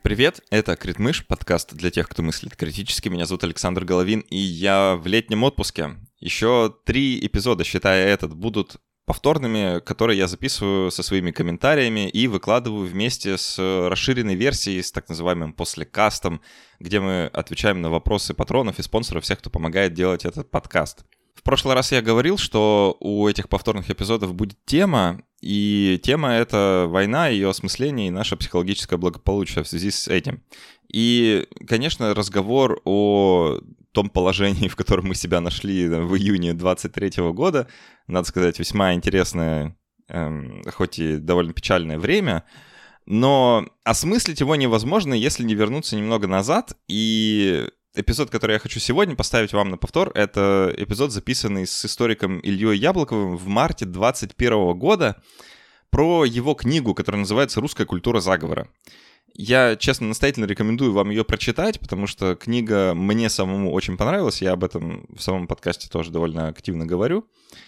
Привет, это Критмыш, подкаст для тех, кто мыслит критически. Меня зовут Александр Головин, и я в летнем отпуске. Еще 3 эпизода, считая этот, будут повторными, которые я записываю со своими комментариями и выкладываю вместе с расширенной версией, с так называемым послекастом, где мы отвечаем на вопросы патронов и спонсоров, всех, кто помогает делать этот подкаст. В прошлый раз я говорил, что у этих повторных эпизодов будет тема, и тема — это война, ее осмысление и наше психологическое благополучие в связи с этим. И, конечно, разговор о том положении, в котором мы себя нашли в июне 2023 года, надо сказать, весьма интересное, хоть и довольно печальное время, но осмыслить его невозможно, если не вернуться немного назад. И эпизод, который я хочу сегодня поставить вам на повтор, это эпизод, записанный с историком Ильей Яблоковым в марте 2021 года про его книгу, которая называется «Русская культура заговора». Я, честно, настоятельно рекомендую вам ее прочитать, потому что книга мне самому очень понравилась, я об этом в самом подкасте тоже довольно активно говорю.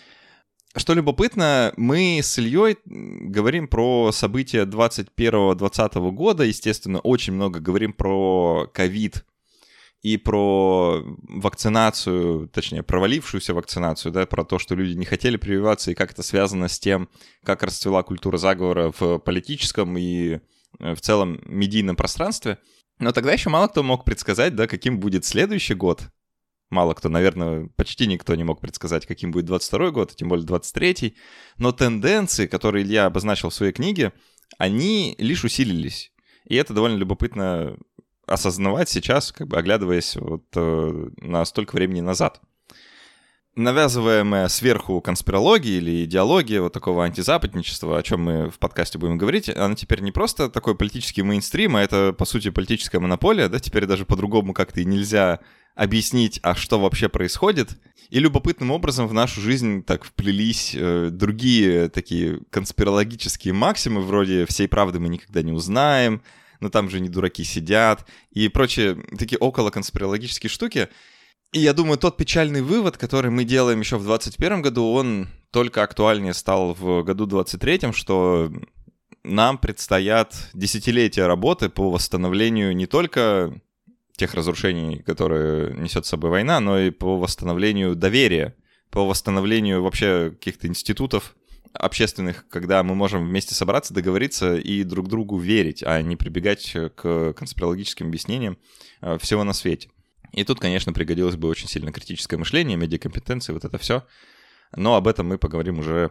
Что любопытно, мы с Ильей говорим про события 2021-2020 года, естественно, очень много говорим про ковид и про вакцинацию, точнее, провалившуюся вакцинацию, да, про то, что люди не хотели прививаться, и как это связано с тем, как расцвела культура заговора в политическом и в целом медийном пространстве. Но тогда еще мало кто мог предсказать, да, каким будет следующий год. Мало кто, наверное, почти никто не мог предсказать, каким будет 22 год, а тем более 23-й. Но тенденции, которые Илья обозначил в своей книге, они лишь усилились. И это довольно любопытно осознавать сейчас, как бы оглядываясь вот на столько времени назад. Навязываемая сверху конспирология или идеология вот такого антизападничества, о чем мы в подкасте будем говорить, она теперь не просто такой политический мейнстрим, а это, по сути, политическая монополия, да, теперь даже по-другому как-то и нельзя объяснить, а что вообще происходит. И любопытным образом в нашу жизнь так вплелись другие такие конспирологические максимы, вроде «всей правды мы никогда не узнаем», «но там же не дураки сидят» и прочие такие околоконспирологические штуки. И я думаю, тот печальный вывод, который мы делаем еще в 2021 году, он только актуальнее стал в году 2023, что нам предстоят десятилетия работы по восстановлению не только тех разрушений, которые несет с собой война, но и по восстановлению доверия, по восстановлению вообще каких-то институтов общественных, когда мы можем вместе собраться, договориться и друг другу верить, а не прибегать к конспирологическим объяснениям всего на свете. И тут, конечно, пригодилось бы очень сильно критическое мышление, медиакомпетенции, вот это все. Но об этом мы поговорим уже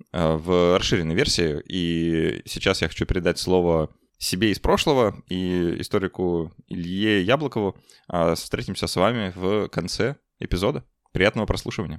в расширенной версии. И сейчас я хочу передать слово себе из прошлого и историку Илье Яблокову. Встретимся с вами в конце эпизода. Приятного прослушивания.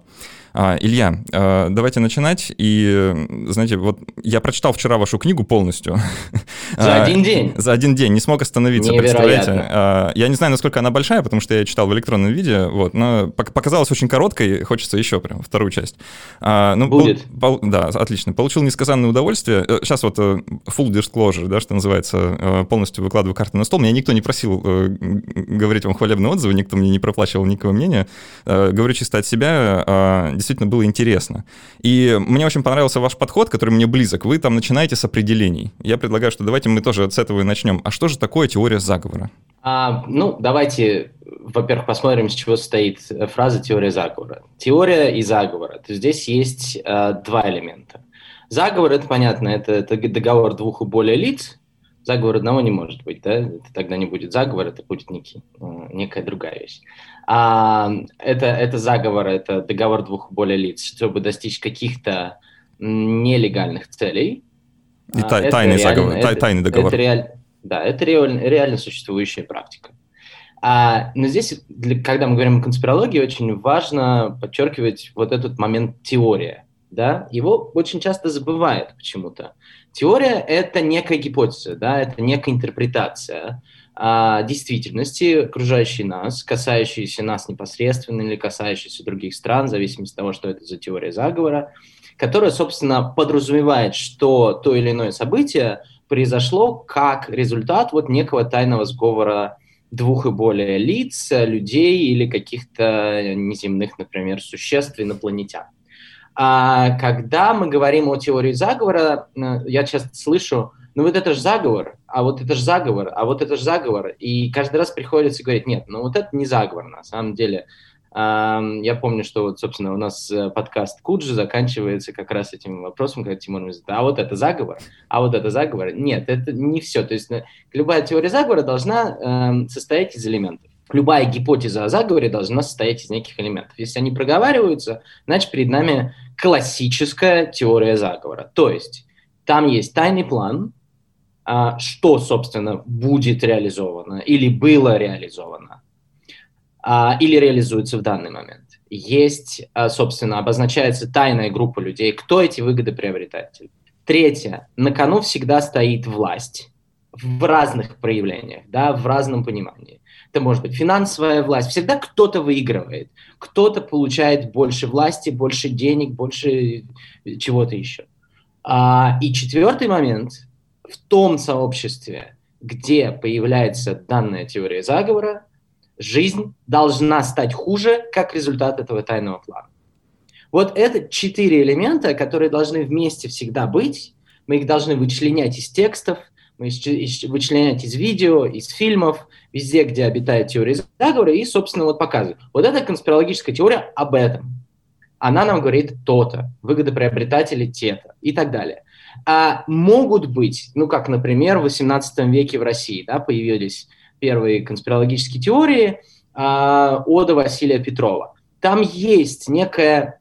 Илья, давайте начинать. И, знаете, вот я прочитал вчера вашу книгу полностью. За один день? За один день, не смог остановиться, представляете? Я не знаю, насколько она большая, потому что я читал в электронном виде, вот, но показалась очень короткой, хочется еще прям вторую часть. Будет. Да, отлично. Получил несказанное удовольствие. Сейчас вот full disclosure, да, что называется, полностью выкладываю карты на стол. Меня никто не просил говорить вам хвалебные отзывы, никто мне не проплачивал никакого мнения. Говорю чисто от себя. Действительно было интересно. И мне очень понравился ваш подход, который мне близок. Вы там начинаете с определений. Я предлагаю, что давайте мы тоже с этого и начнем. А что же такое теория заговора? Давайте, во-первых, посмотрим, с чего состоит фраза «теория заговора». Теория и заговор. То есть здесь есть 2 элемента. Заговор, это понятно, это договор 2 и более лиц. Заговор одного не может быть, да? Это тогда не будет заговор, это будет некая другая вещь. Это заговор, это договор 2 и более лиц, чтобы достичь каких-то нелегальных целей. И тайный заговор, тайный договор. Это реально существующая практика. Но здесь, когда мы говорим о конспирологии, очень важно подчеркивать вот этот момент теория. Да? Его очень часто забывают почему-то. Теория – это некая гипотеза, да? Это некая интерпретация действительности, окружающей нас, касающейся нас непосредственно или касающейся других стран, в зависимости от того, что это за теория заговора, которая, собственно, подразумевает, что то или иное событие произошло как результат вот некого тайного сговора 2 и более лиц, людей или каких-то неземных, например, существ, инопланетян. Когда мы говорим о теории заговора, я часто слышу, ну вот это же заговор, а вот это же заговор, а вот это же заговор. И каждый раз приходится говорить, нет, ну вот это не заговор на самом деле. Я помню, что вот, собственно, у нас подкаст Куджи заканчивается как раз этим вопросом, когда Тимур говорит, а вот это заговор, а вот это заговор. Нет, это не все. То есть любая теория заговора должна состоять из элементов. Любая гипотеза о заговоре должна состоять из неких элементов. Если они проговариваются, значит, перед нами классическая теория заговора. То есть там есть тайный план, что, собственно, будет реализовано или было реализовано, или реализуется в данный момент. Есть, собственно, обозначается тайная группа людей, кто эти выгодоприобретатели. Третье. На кону всегда стоит власть в разных проявлениях, да, в разном понимании. Это может быть финансовая власть. Всегда кто-то выигрывает, кто-то получает больше власти, больше денег, больше чего-то еще. И четвертый момент. В том сообществе, где появляется данная теория заговора, жизнь должна стать хуже как результат этого тайного плана. Вот это 4 элемента, которые должны вместе всегда быть. Мы их должны вычленять из текстов, мы вычленять из видео, из фильмов, везде, где обитает теория заговора, и, собственно, вот показывать. Вот эта конспирологическая теория об этом. Она нам говорит то-то, выгодоприобретатели те-то и так далее. Могут быть, ну, как, например, в XVIII веке в России, да, появились первые конспирологические теории Ода Василия Петрова. Там есть некая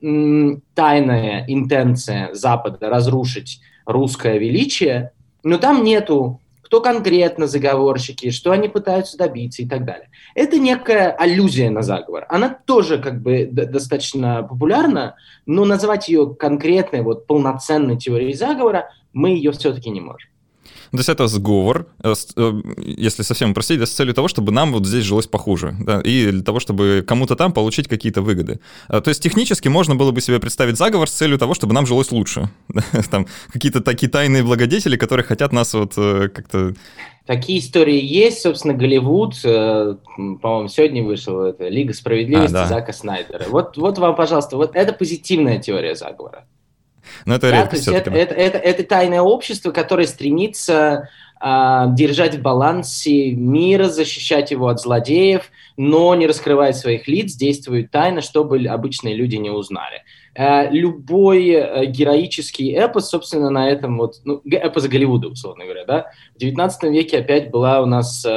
тайная интенция Запада разрушить русское величие, но там нету, кто конкретно заговорщики, что они пытаются добиться и так далее. Это некая аллюзия на заговор. Она тоже как бы достаточно популярна, но назвать ее конкретной, вот, полноценной теорией заговора мы ее все-таки не можем. То есть это сговор, если совсем упростить, да, с целью того, чтобы нам вот здесь жилось похуже, да, и для того, чтобы кому-то там получить какие-то выгоды. То есть технически можно было бы себе представить заговор с целью того, чтобы нам жилось лучше. Там какие-то такие тайные благодетели, которые хотят нас вот как-то... Такие истории есть, собственно, Голливуд, по-моему, сегодня вышла это «Лига справедливости» да. Зака Снайдера. Вот вам, пожалуйста, вот это позитивная теория заговора. Но это редко все-таки. Это тайное общество, которое стремится держать в балансе мир, защищать его от злодеев, но не раскрывает своих лиц, действует тайно, чтобы обычные люди не узнали. Любой героический эпос, собственно, на этом вот, ну, эпос Голливуда, условно говоря, да. В XIX веке опять была у нас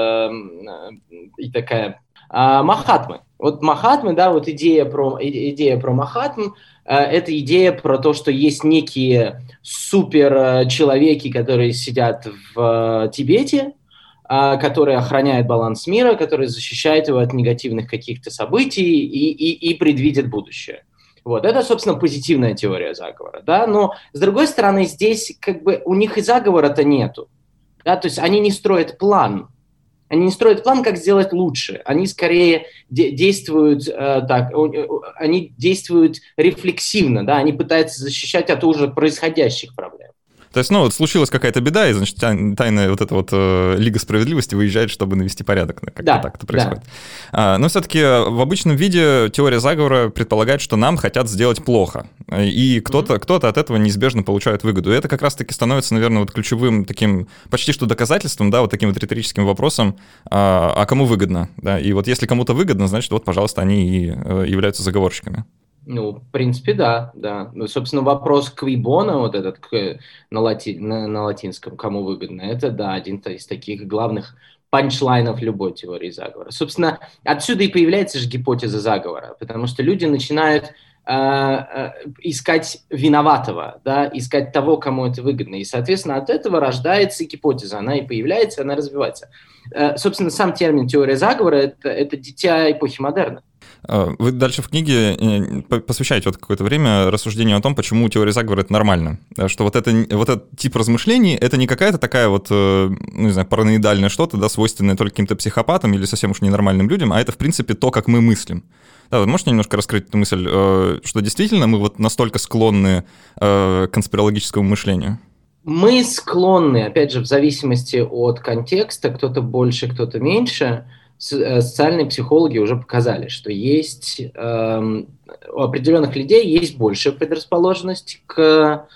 и такая Махатмы. Вот Махатмы, да, вот идея про Махатм, это идея про то, что есть некие суперчеловеки, которые сидят в Тибете, которые охраняют баланс мира, которые защищают его от негативных каких-то событий и предвидят будущее. Вот, это, собственно, позитивная теория заговора, да, но, с другой стороны, здесь как бы у них и заговора-то нету, да, то есть они не строят план, как сделать лучше. Они скорее действуют они действуют рефлексивно, да, они пытаются защищать от уже происходящих проблем. То есть, ну, вот случилась какая-то беда, и, значит, тайная вот эта вот Лига справедливости выезжает, чтобы навести порядок. Как-то так это происходит. Да. Но все-таки в обычном виде теория заговора предполагает, что нам хотят сделать плохо. И кто-то от этого неизбежно получает выгоду. И это как раз-таки становится, наверное, вот ключевым таким почти что доказательством, да, вот таким вот риторическим вопросом, а кому выгодно. Да? И вот если кому-то выгодно, значит, вот, пожалуйста, они и являются заговорщиками. Ну, в принципе, да. Ну, собственно, вопрос кви боно, вот этот на латинском, кому выгодно, это, да, один из таких главных панчлайнов любой теории заговора. Собственно, отсюда и появляется же гипотеза заговора, потому что люди начинают искать виноватого, да, искать того, кому это выгодно. И, соответственно, от этого рождается гипотеза, она и появляется, она развивается. Собственно, сам термин теория заговора – это дитя эпохи модерна. Вы дальше в книге посвящаете вот какое-то время рассуждению о том, почему теория заговора — это нормально. Что вот этот тип размышлений — это не какая-то такая вот, ну, не знаю, параноидальное что-то, да, свойственное только каким-то психопатам или совсем уж ненормальным людям, а это, в принципе, то, как мы мыслим. Да, вы можете немножко раскрыть эту мысль, что действительно мы вот настолько склонны к конспирологическому мышлению? Мы склонны, опять же, в зависимости от контекста, кто-то больше, кто-то меньше. Социальные психологи уже показали, что есть у определенных людей есть большая предрасположенность к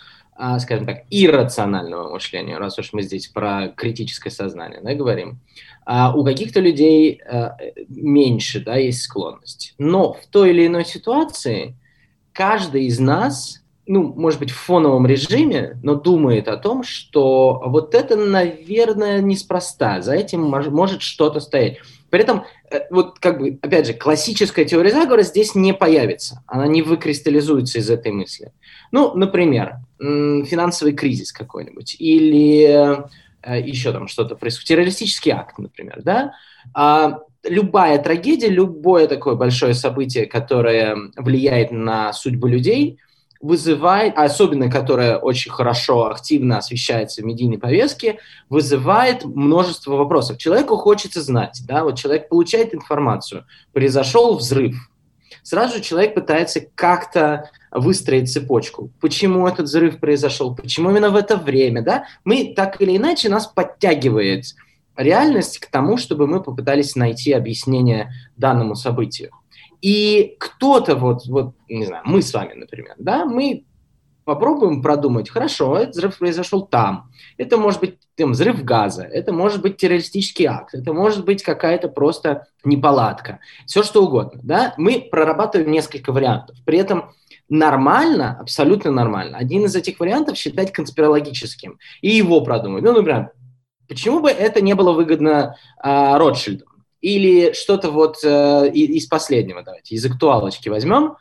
скажем так, иррационального мышления, раз уж мы здесь про критическое сознание, да, говорим, у каких-то людей меньше, да, есть склонность. Но в той или иной ситуации каждый из нас, ну, может быть, в фоновом режиме, но думает о том, что вот это, наверное, неспроста, за этим может что-то стоять. При этом, вот как бы, опять же, классическая теория заговора здесь не появится, она не выкристаллизуется из этой мысли. Ну, например, финансовый кризис какой-нибудь или еще там что-то происходит, террористический акт, например, да, любая трагедия, любое такое большое событие, которое влияет на судьбу людей, вызывает, особенно которое очень хорошо, активно освещается в медийной повестке, вызывает множество вопросов. Человеку хочется знать, да, вот человек получает информацию, произошел взрыв, сразу же человек пытается как-то выстроить цепочку. Почему этот взрыв произошел? Почему именно в это время? Да? Мы так или иначе, нас подтягивает реальность к тому, чтобы мы попытались найти объяснение данному событию. И кто-то, вот, не знаю, мы с вами, например, да, мы попробуем продумать, хорошо, этот взрыв произошел там, это может быть там, взрыв газа, это может быть террористический акт, это может быть какая-то просто неполадка, все что угодно, да, мы прорабатываем несколько вариантов, при этом нормально, абсолютно нормально, один из этих вариантов считать конспирологическим и его продумать, ну, например, почему бы это не было выгодно Ротшильдам? Или что-то вот из последнего, давайте, из актуалочки возьмем.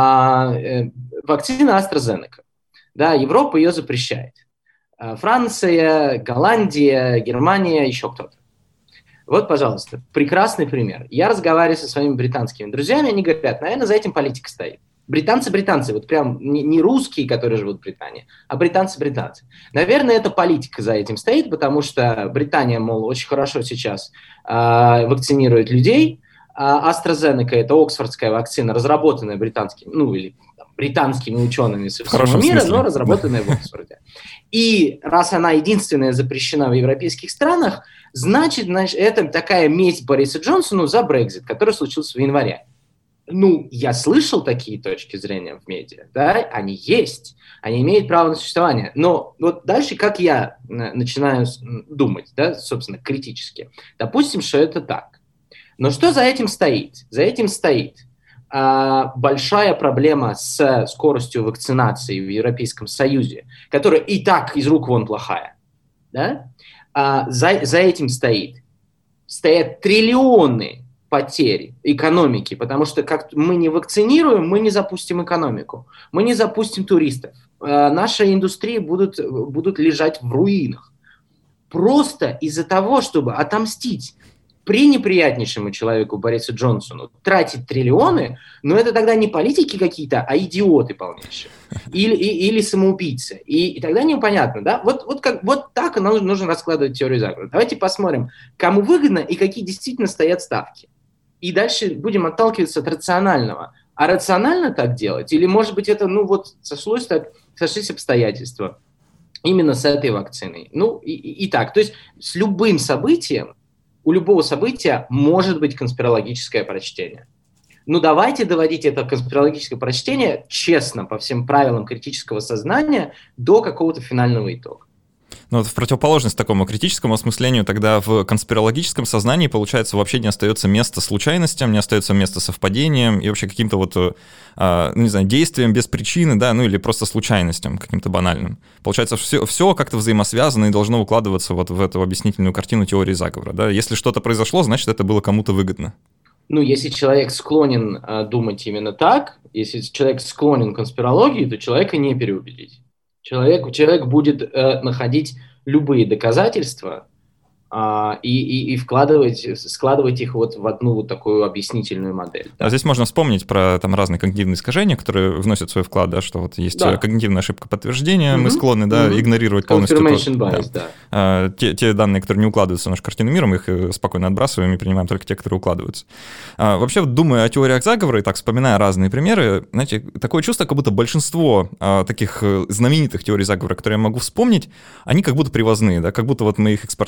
Вакцина AstraZeneca. Да, Европа ее запрещает. Франция, Голландия, Германия, еще кто-то. Вот, пожалуйста, прекрасный пример. Я разговариваю со своими британскими друзьями, они говорят, наверное, за этим политика стоит. Британцы, вот прям не русские, которые живут в Британии, а британцы. Наверное, это политика за этим стоит, потому что Британия, мол, очень хорошо сейчас вакцинирует людей. AstraZeneca – это оксфордская вакцина, разработанная британскими, ну, или британскими учеными со всего мира, но разработанная в Оксфорде. И раз она единственная запрещена в европейских странах, значит, это такая месть Борису Джонсону за Брексит, который случился в январе. Ну, я слышал такие точки зрения в медиа, да, они есть, они имеют право на существование, но вот дальше как я начинаю думать, да, собственно, критически, допустим, что это так, но что за этим стоит? За этим стоит большая проблема с скоростью вакцинации в Европейском Союзе, которая и так из рук вон плохая, да, за этим стоят триллионы потери экономики, потому что как мы не вакцинируем, мы не запустим экономику, мы не запустим туристов, наши индустрии будут лежать в руинах. Просто из-за того, чтобы отомстить пренеприятнейшему человеку Борису Джонсону, тратить триллионы, но это тогда не политики какие-то, а идиоты полнейшие. Или самоубийцы. И тогда непонятно, да? Вот так нужно раскладывать теорию заговора. Давайте посмотрим, кому выгодно и какие действительно стоят ставки. И дальше будем отталкиваться от рационального. А рационально так делать? Или, может быть, это, сошлись обстоятельства именно с этой вакциной? Ну, и так. То есть с любым событием, у любого события может быть конспирологическое прочтение. Ну, давайте доводить это конспирологическое прочтение честно, по всем правилам критического сознания, до какого-то финального итога. Ну, вот в противоположность такому критическому осмыслению, тогда в конспирологическом сознании, получается, вообще не остается места случайностям, не остается места совпадениям и вообще каким-то действиям без причины, да, ну или просто случайностям каким-то банальным. Получается, все как-то взаимосвязано и должно укладываться вот в эту объяснительную картину теории заговора, да. Если что-то произошло, значит, это было кому-то выгодно. Ну, если человек склонен думать именно так, если человек склонен к конспирологии, то человека не переубедить. Человек будет находить любые доказательства и складывать их вот в одну вот такую объяснительную модель. Да. А здесь можно вспомнить про там разные когнитивные искажения, которые вносят свой вклад, да, что вот есть когнитивная ошибка подтверждения, мы склонны игнорировать полностью те данные, которые не укладываются в нашу картину мира, мы их спокойно отбрасываем и принимаем только те, которые укладываются. Вообще, думая о теориях заговора и так вспоминая разные примеры, знаете, такое чувство, как будто большинство таких знаменитых теорий заговора, которые я могу вспомнить, они как будто привозные, да, как будто вот мы их экспортировали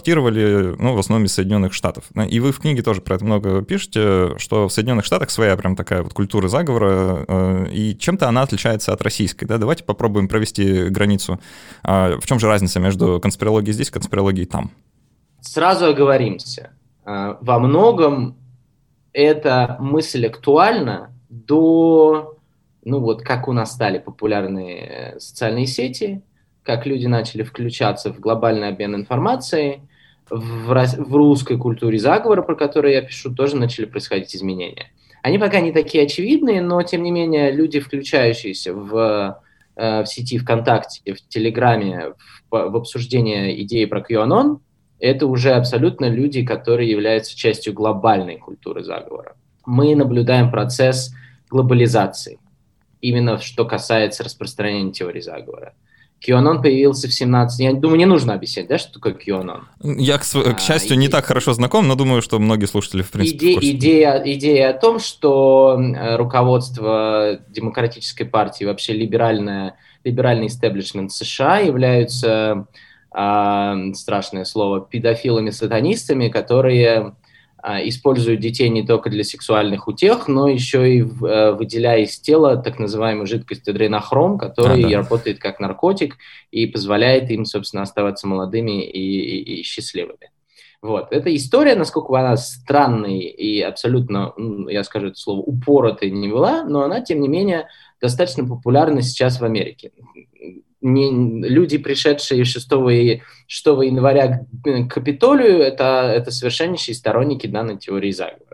люди, ну, в основном из Соединенных Штатов. И вы в книге тоже про это много пишете, что в Соединенных Штатах своя прям такая вот культура заговора, и чем-то она отличается от российской, да? Давайте попробуем провести границу. В чем же разница между конспирологией здесь и конспирологией там? Сразу оговоримся. Во многом эта мысль актуальна до, ну вот как у нас стали популярны социальные сети, как люди начали включаться в глобальный обмен информацией, в русской культуре заговора, про которую я пишу, тоже начали происходить изменения. Они пока не такие очевидные, но тем не менее люди, включающиеся в сети ВКонтакте, в Телеграме, в обсуждение идеи про QAnon, это уже абсолютно люди, которые являются частью глобальной культуры заговора. Мы наблюдаем процесс глобализации, именно что касается распространения теории заговора. QAnon появился в 17... Я думаю, не нужно объяснять, да, что такое QAnon? Я, к счастью, не так хорошо знаком, но думаю, что многие слушатели, в принципе, в курсе. Идея о том, что руководство Демократической партии, вообще либеральный истеблишмент США являются, страшное слово, педофилами-сатанистами, которые используют детей не только для сексуальных утех, но еще и выделяя из тела так называемую жидкость адренохром, который работает как наркотик и позволяет им, собственно, оставаться молодыми и счастливыми. Вот. Эта история, насколько она странной и абсолютно, я скажу это слово, упоротой не была, но она, тем не менее, достаточно популярна сейчас в Америке. Люди, пришедшие 6 января к Капитолию, это совершеннейшие сторонники данной теории заговора.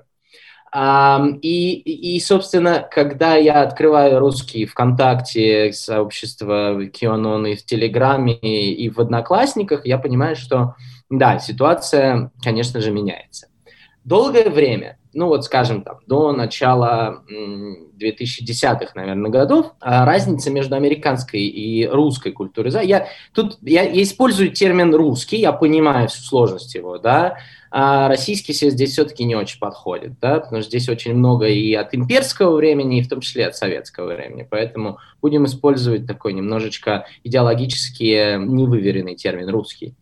И, собственно, когда я открываю русские ВКонтакте, сообщество QAnon и в Телеграме, и в Одноклассниках, я понимаю, что, да, ситуация, конечно же, меняется. Долгое время, ну вот скажем там, до начала 2010-х, наверное, годов, разница между американской и русской культурой. Я использую термин «русский», я понимаю всю сложность его, да, а российский здесь все-таки не очень подходит, да, потому что здесь очень много и от имперского времени, и в том числе от советского времени, поэтому будем использовать такой немножечко идеологически невыверенный термин «русский».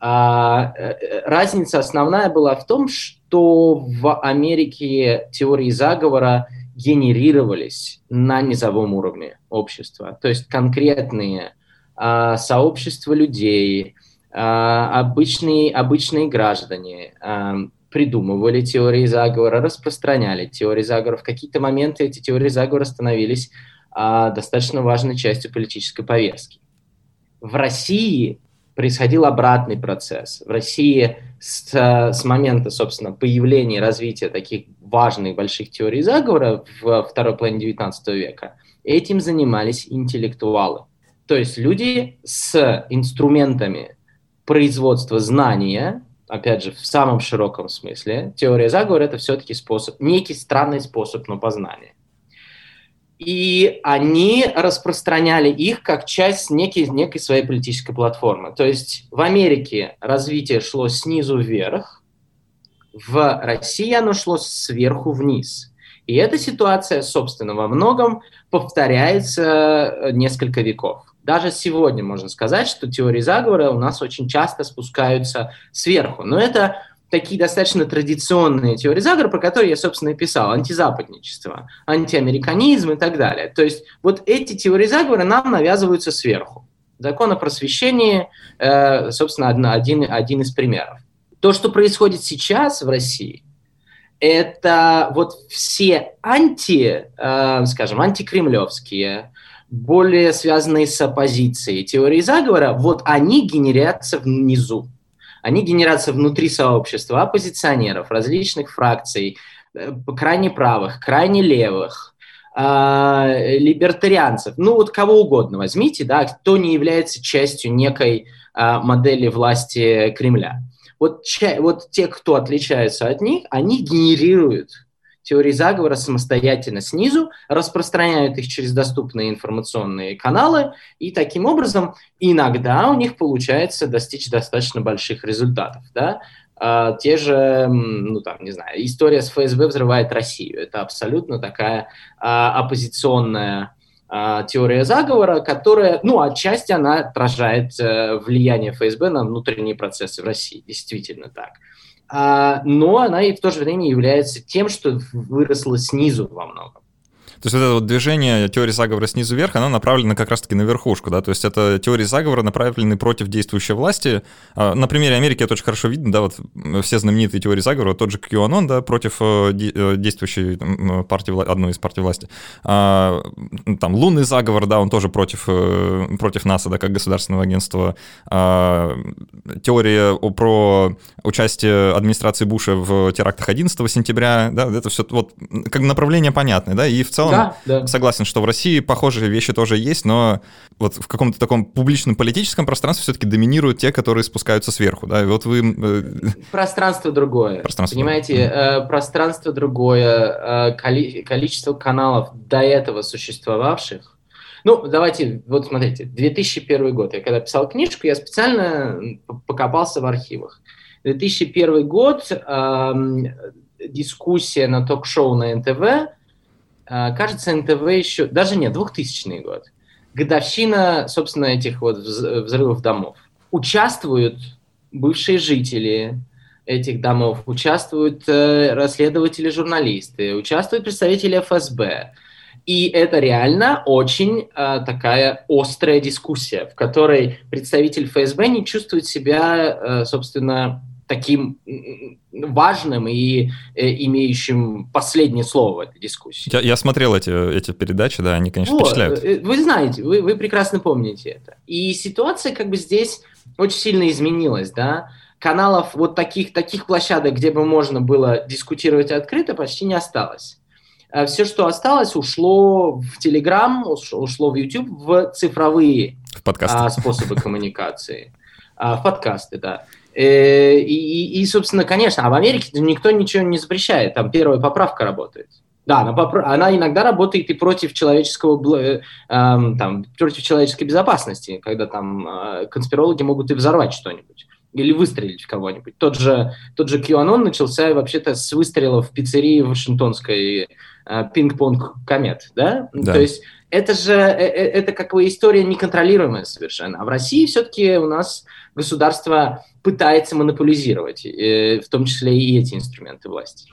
Разница основная была в том, что в Америке теории заговора генерировались на низовом уровне общества. То есть конкретные сообщества людей, обычные граждане придумывали теории заговора, распространяли теории заговора. В какие-то моменты эти теории заговора становились достаточно важной частью политической повестки. В России происходил обратный процесс. В России с момента, собственно, появления и развития таких важных больших теорий заговора в второй половине XIX века этим занимались интеллектуалы. То есть люди с инструментами производства знания, опять же, в самом широком смысле, теория заговора – это все-таки некий странный способ, но познания. И они распространяли их как часть некой своей политической платформы. То есть в Америке развитие шло снизу вверх, в России оно шло сверху вниз. И эта ситуация, собственно, во многом повторяется несколько веков. Даже сегодня можно сказать, что теории заговора у нас очень часто спускаются сверху. Но это такие достаточно традиционные теории заговора, про которые я, собственно, и писал. Антизападничество, антиамериканизм и так далее. То есть вот эти теории заговора нам навязываются сверху. Закон о просвещении, собственно, один из примеров. То, что происходит сейчас в России, это вот все антикремлевские, более связанные с оппозицией теории заговора, вот они генерятся внизу. Они генерятся внутри сообщества оппозиционеров, различных фракций, крайне правых, крайне левых, либертарианцев, ну вот кого угодно возьмите, да, кто не является частью некой модели власти Кремля. Вот те, кто отличаются от них, они генерируют теории заговора самостоятельно снизу, распространяют их через доступные информационные каналы, и таким образом иногда у них получается достичь достаточно больших результатов. Да? Те же, история с ФСБ взрывает Россию. Это абсолютно такая оппозиционная теория заговора, которая, отчасти она отражает влияние ФСБ на внутренние процессы в России, действительно так. Но она и в то же время является тем, что выросло снизу во многом. То есть вот это вот движение теории заговора снизу вверх, оно направлено как раз-таки на верхушку, да, то есть это теории заговора, направленные против действующей власти. На примере Америки это очень хорошо видно, да, вот все знаменитые теории заговора, тот же QAnon, да, против действующей партии, одной из партий власти. Там лунный заговор, да, он тоже против НАСА, да, как государственного агентства. Теория про участие администрации Буша в терактах 11 сентября, да, это все вот как направление понятное, да, и в целом согласен, что в России похожие вещи тоже есть, но вот в каком-то таком публичном политическом пространстве все-таки доминируют те, которые спускаются сверху, да, и вот вы... Пространство другое, понимаете, пространство другое, количество каналов до этого существовавших. Давайте, вот смотрите, 2001 год, я когда писал книжку, я специально покопался в архивах. 2001 год, дискуссия на ток-шоу на НТВ, кажется, НТВ еще... Даже нет, 2000 год. Годовщина, собственно, этих вот взрывов домов. Участвуют бывшие жители этих домов, участвуют расследователи, журналисты, участвуют представители ФСБ. И это реально очень такая острая дискуссия, в которой представитель ФСБ не чувствует себя, собственно, таким важным и имеющим последнее слово в этой дискуссии. Я смотрел эти передачи, да, они, конечно, впечатляют. Вы знаете, вы прекрасно помните это. И ситуация как бы здесь очень сильно изменилась, да. Каналов вот таких площадок, где бы можно было дискутировать открыто, почти не осталось. Все, что осталось, ушло в Telegram, ушло в YouTube, в цифровые способы коммуникации. В подкасты, да. И, собственно, конечно, в Америке никто ничего не запрещает, там первая поправка работает. Да, она иногда работает и против против человеческой безопасности, когда там конспирологи могут и взорвать что-нибудь или выстрелить в кого-нибудь. Тот же QAnon начался вообще-то с выстрела в пиццерии вашингтонской пинг-понг комет, да? То есть это как бы история неконтролируемая совершенно. А в России все-таки у нас государство пытается монополизировать, в том числе и эти инструменты власти.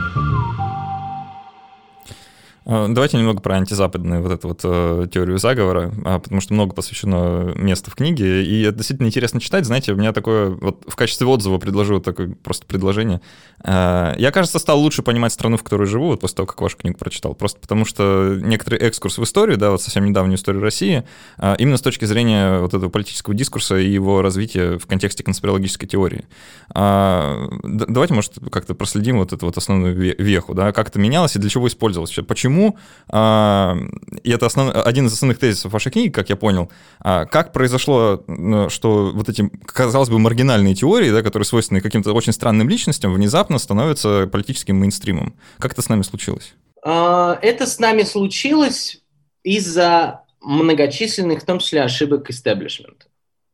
Давайте немного про антизападную вот эту вот теорию заговора, потому что много посвящено места в книге, и это действительно интересно читать. Знаете, у меня такое, вот в качестве отзыва предложу вот такое просто предложение. Я, кажется, стал лучше понимать страну, в которой живу, вот после того, как вашу книгу прочитал, просто потому что некоторый экскурс в историю, да, вот совсем недавнюю историю России, именно с точки зрения вот этого политического дискурса и его развития в контексте конспирологической теории. Давайте, может, как-то проследим вот эту вот основную веху, да, как это менялось и для чего использовалось, почему. И это один из основных тезисов вашей книги, как я понял. Как произошло, что вот эти, казалось бы, маргинальные теории, да, которые свойственны каким-то очень странным личностям, внезапно становятся политическим мейнстримом? Как это с нами случилось? Это с нами случилось из-за многочисленных, в том числе, ошибок истеблишмента.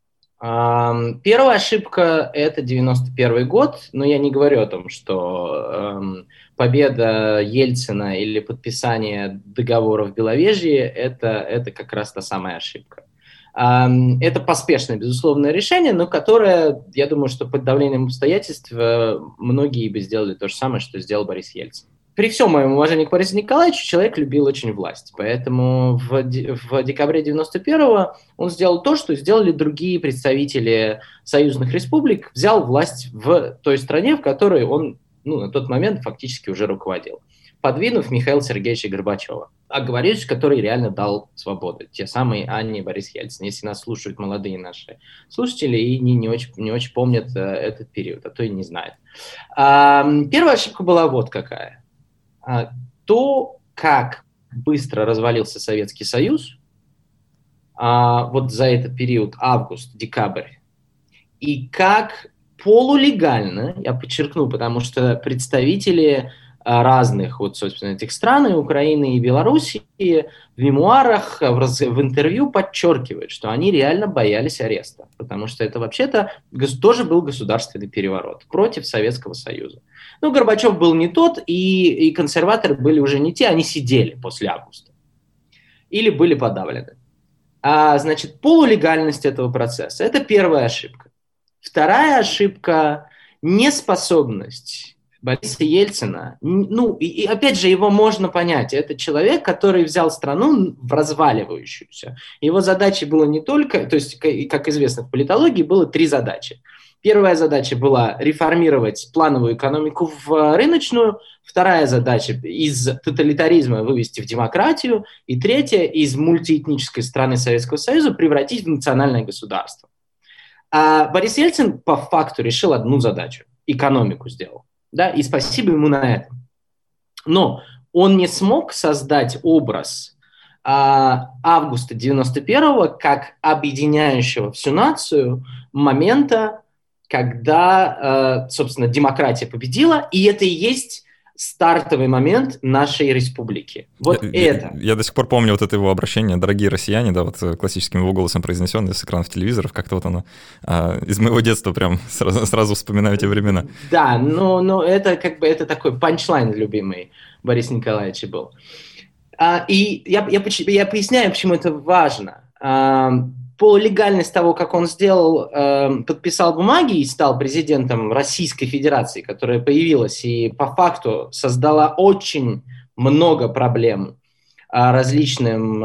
Первая ошибка – это 91 год, но я не говорю о том, что победа Ельцина или подписание договора в Беловежье – это как раз та самая ошибка. Это поспешное, безусловное решение, но которое, я думаю, что под давлением обстоятельств многие бы сделали то же самое, что сделал Борис Ельцин. При всем моем уважении к Борису Николаевичу, человек любил очень власть. Поэтому в декабре 91-го он сделал то, что сделали другие представители союзных республик, взял власть в той стране, в которой он на тот момент фактически уже руководил, подвинув Михаила Сергеевича Горбачева, оговорившись, который реально дал свободу. Те самые, а не Борис Ельцин. Если нас слушают молодые наши слушатели и не очень помнят этот период, а то и не знают. Первая ошибка была вот какая. То, как быстро развалился Советский Союз, вот за этот период август-декабрь, и как полулегально, я подчеркну, потому что представители разных, вот, собственно, этих стран, и Украины, и Белоруссии, в мемуарах, в интервью подчеркивают, что они реально боялись ареста, потому что это вообще-то тоже был государственный переворот против Советского Союза. Горбачев был не тот, и консерваторы были уже не те, они сидели после августа. или были подавлены. Значит, полулегальность этого процесса – это первая ошибка. Вторая ошибка – неспособность Бориса Ельцина. Ну, и опять же, его можно понять. Это человек, который взял страну в разваливающуюся. Его задачей было не только, то есть, как известно в политологии, было 3 задачи. Первая задача была реформировать плановую экономику в рыночную, вторая задача из тоталитаризма вывести в демократию, и третья из мультиэтнической страны Советского Союза превратить в национальное государство. А Борис Ельцин по факту решил одну задачу – экономику сделал. Да, и спасибо ему на этом. Но он не смог создать образ августа 91-го как объединяющего всю нацию момента, когда, собственно, демократия победила, и это и есть стартовый момент нашей республики. Вот это. Я до сих пор помню вот это его обращение «Дорогие россияне», да, вот классическим его голосом произнесенное с экранов телевизоров, как-то вот оно из моего детства прям сразу вспоминаю эти времена. Да, но это как бы это такой панчлайн любимый Бориса Николаевича был. И я поясняю, почему это важно. Полулегальность того, как он сделал, подписал бумаги и стал президентом Российской Федерации, которая появилась и по факту создала очень много проблем различным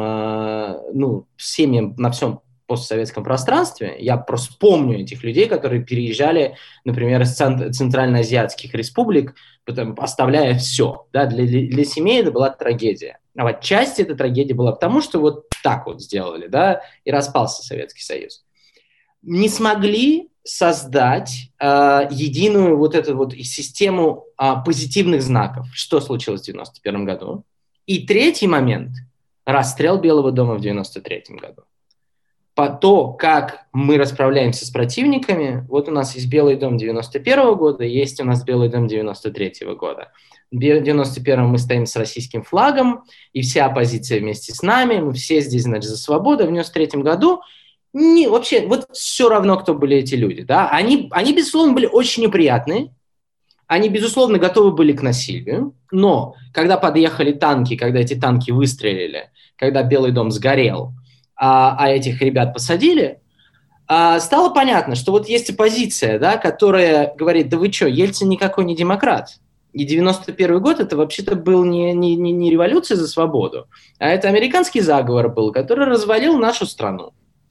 семьям на всем постсоветском пространстве. Я просто помню этих людей, которые переезжали, например, из центральноазиатских республик, оставляя все. Да, для семей это была трагедия. А вот часть этой трагедии была потому, что вот так вот сделали, да, и распался Советский Союз. Не смогли создать единую вот эту вот систему позитивных знаков. Что случилось в 1991 году? И третий момент – расстрел Белого дома в 1993 году. По то, как мы расправляемся с противниками, вот у нас есть Белый дом 91 года, есть у нас Белый дом 93 года. В 91-м мы стоим с российским флагом, и вся оппозиция вместе с нами, мы все здесь, значит, за свободу. В 93-м году вообще вот все равно, кто были эти люди. Да? Они, безусловно, были очень неприятные, они, безусловно, готовы были к насилию, но когда подъехали танки, когда эти танки выстрелили, когда Белый дом сгорел, а этих ребят посадили, стало понятно, что вот есть оппозиция, да, которая говорит, да вы что, Ельцин никакой не демократ. И 91 год это вообще-то был не революция за свободу, а это американский заговор был, который развалил нашу страну.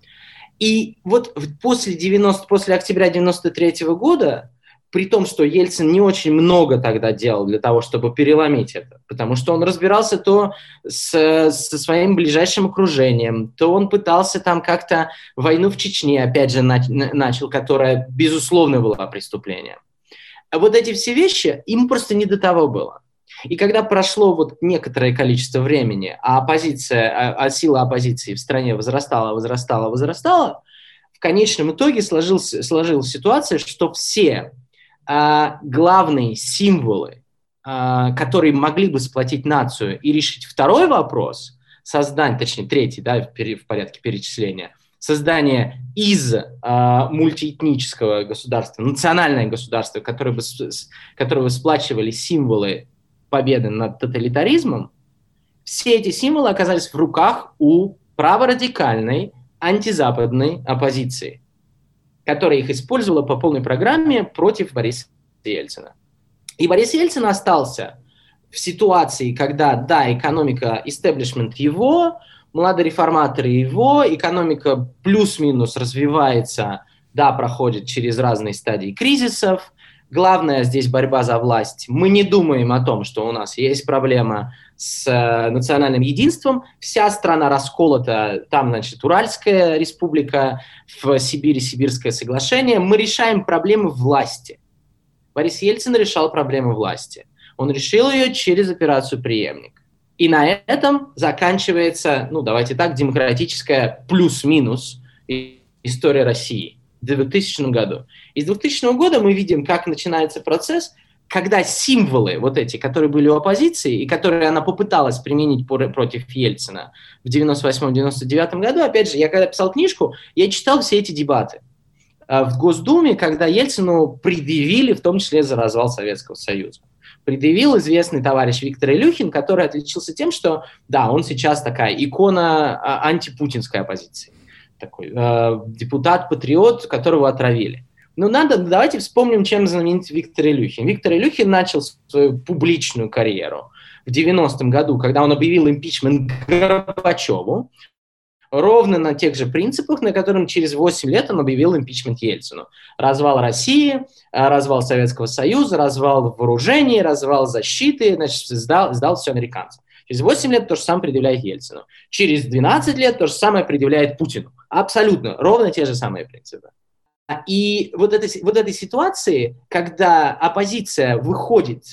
И вот после октября 93 года, при том, что Ельцин не очень много тогда делал для того, чтобы переломить это, потому что он разбирался то со своим ближайшим окружением, то он пытался там как-то войну в Чечне, опять же, начал, которая, безусловно, была преступлением. А вот эти все вещи, им просто не до того было. И когда прошло вот некоторое количество времени, а сила оппозиции в стране возрастала, в конечном итоге сложилась ситуация, что все главные символы, которые могли бы сплотить нацию и решить второй вопрос, третий, да, в порядке перечисления, создание из мультиэтнического государства, национальное государство, которое бы сплачивали символы победы над тоталитаризмом, все эти символы оказались в руках у праворадикальной антизападной оппозиции, которая их использовала по полной программе против Бориса Ельцина. И Борис Ельцин остался в ситуации, когда, да, экономика, истеблишмент его, младореформаторы его, экономика плюс-минус развивается, да, проходит через разные стадии кризисов. Главное здесь борьба за власть. Мы не думаем о том, что у нас есть проблема с национальным единством. Вся страна расколота. Там, значит, Уральская республика, в Сибири Сибирское соглашение. Мы решаем проблемы власти. Борис Ельцин решал проблемы власти. Он решил ее через операцию «Преемник». И на этом заканчивается, давайте так, демократическая плюс-минус история России в 2000 году. И с 2000 года мы видим, как начинается процесс, когда символы вот эти, которые были у оппозиции и которые она попыталась применить против Ельцина в 98-99 году, опять же, я когда писал книжку, я читал все эти дебаты в Госдуме, когда Ельцину предъявили, в том числе за развал Советского Союза. предъявил известный товарищ Виктор Илюхин, который отличился тем, что, да, он сейчас такая икона антипутинской оппозиции. Такой депутат-патриот, которого отравили. Ну, давайте вспомним, чем знаменит Виктор Илюхин. Виктор Илюхин начал свою публичную карьеру в 90-м году, когда он объявил импичмент Горбачеву, ровно на тех же принципах, на которых через 8 лет он объявил импичмент Ельцину. Развал России, развал Советского Союза, развал вооружений, развал защиты, значит, сдал все американцам. Через 8 лет то же самое предъявляет Ельцину. Через 12 лет то же самое предъявляет Путину. Абсолютно, ровно те же самые принципы. И вот этой ситуации, когда оппозиция выходит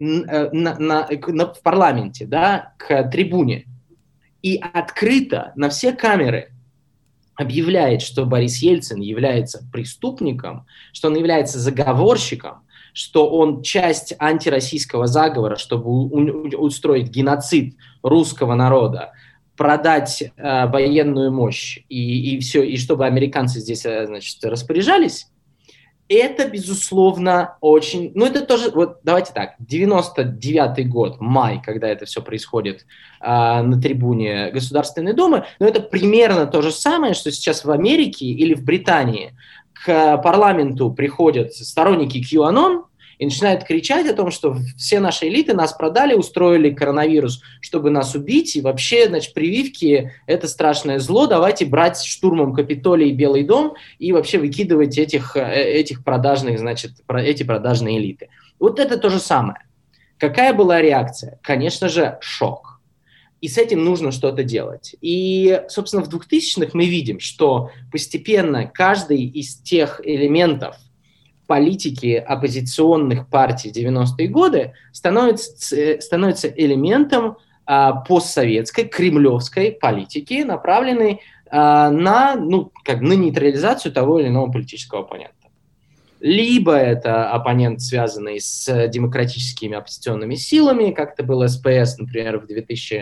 в парламенте, да, к трибуне и открыто на все камеры объявляет, что Борис Ельцин является преступником, что он является заговорщиком, что он часть антироссийского заговора, чтобы устроить геноцид русского народа, продать военную мощь и все, и чтобы американцы здесь, значит, распоряжались, это, безусловно, очень... Ну, это тоже... Вот давайте так. 99-й год, май, когда это все происходит на трибуне Государственной Думы, но это примерно то же самое, что сейчас в Америке или в Британии к парламенту приходят сторонники QAnon и начинают кричать о том, что все наши элиты нас продали, устроили коронавирус, чтобы нас убить, и вообще, значит, прививки – это страшное зло, давайте брать штурмом Капитолий и Белый дом и вообще выкидывать этих продажных, значит, эти продажные элиты. Вот это то же самое. Какая была реакция? Конечно же, шок. И с этим нужно что-то делать. И, собственно, в 2000-х мы видим, что постепенно каждый из тех элементов политики оппозиционных партий в 90-е годы становится элементом постсоветской, кремлевской политики, направленной на нейтрализацию того или иного политического оппонента. Либо это оппонент, связанный с демократическими оппозиционными силами, как это было СПС, например, в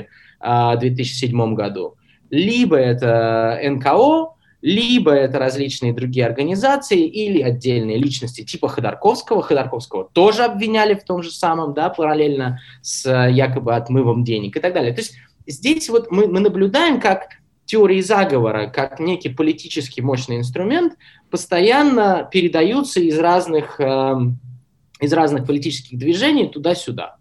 2007 году, либо это НКО, либо это различные другие организации или отдельные личности типа Ходорковского. Ходорковского тоже обвиняли в том же самом, да, параллельно с якобы отмывом денег и так далее. То есть здесь вот мы наблюдаем, как теории заговора, как некий политически мощный инструмент, постоянно передаются из разных политических движений туда-сюда.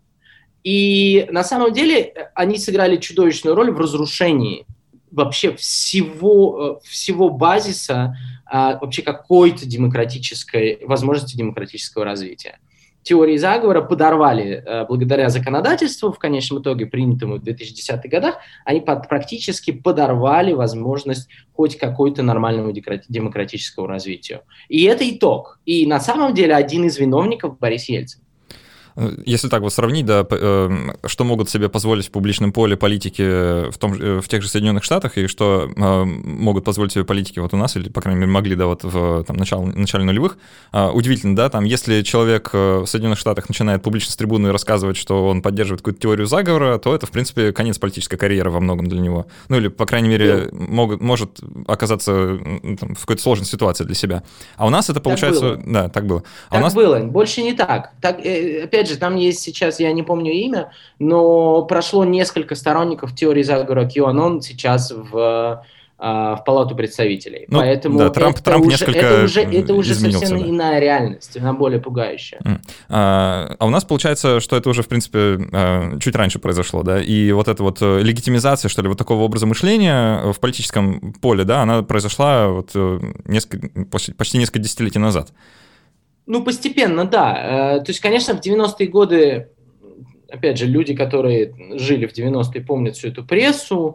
И на самом деле они сыграли чудовищную роль в разрушении вообще всего базиса вообще какой-то возможности демократического развития. Теории заговора подорвали, благодаря законодательству, в конечном итоге, принятому в 2010-х годах, они практически подорвали возможность хоть какой-то нормального демократического развития. И это итог. И на самом деле один из виновников Борис Ельцин. Если так вот сравнить, да, что могут себе позволить в публичном поле политики в тех же Соединенных Штатах, и что могут позволить себе политики вот у нас, или, по крайней мере, могли, да, вот в начале нулевых, удивительно, да, там, если человек в Соединенных Штатах начинает публично с трибуны рассказывать, что он поддерживает какую-то теорию заговора, то это, в принципе, конец политической карьеры во многом для него. Ну, или, по крайней мере, может оказаться там, в какой-то сложной ситуации для себя. А у нас это получается... Так было. Да, так было. Было, больше не так. Опять же, там есть сейчас, я не помню имя, но прошло несколько сторонников теории заговора QAnon сейчас в Палату представителей. Ну, поэтому да, Трамп несколько это уже совсем да. иная реальность, она более пугающая. А у нас получается, что это уже, в принципе, чуть раньше произошло, да, и вот эта вот легитимизация, что ли, вот такого образа мышления в политическом поле, да, она произошла вот почти несколько десятилетий назад. Ну, постепенно, да. То есть, конечно, в 90-е годы, опять же, люди, которые жили в 90-е, помнят всю эту прессу.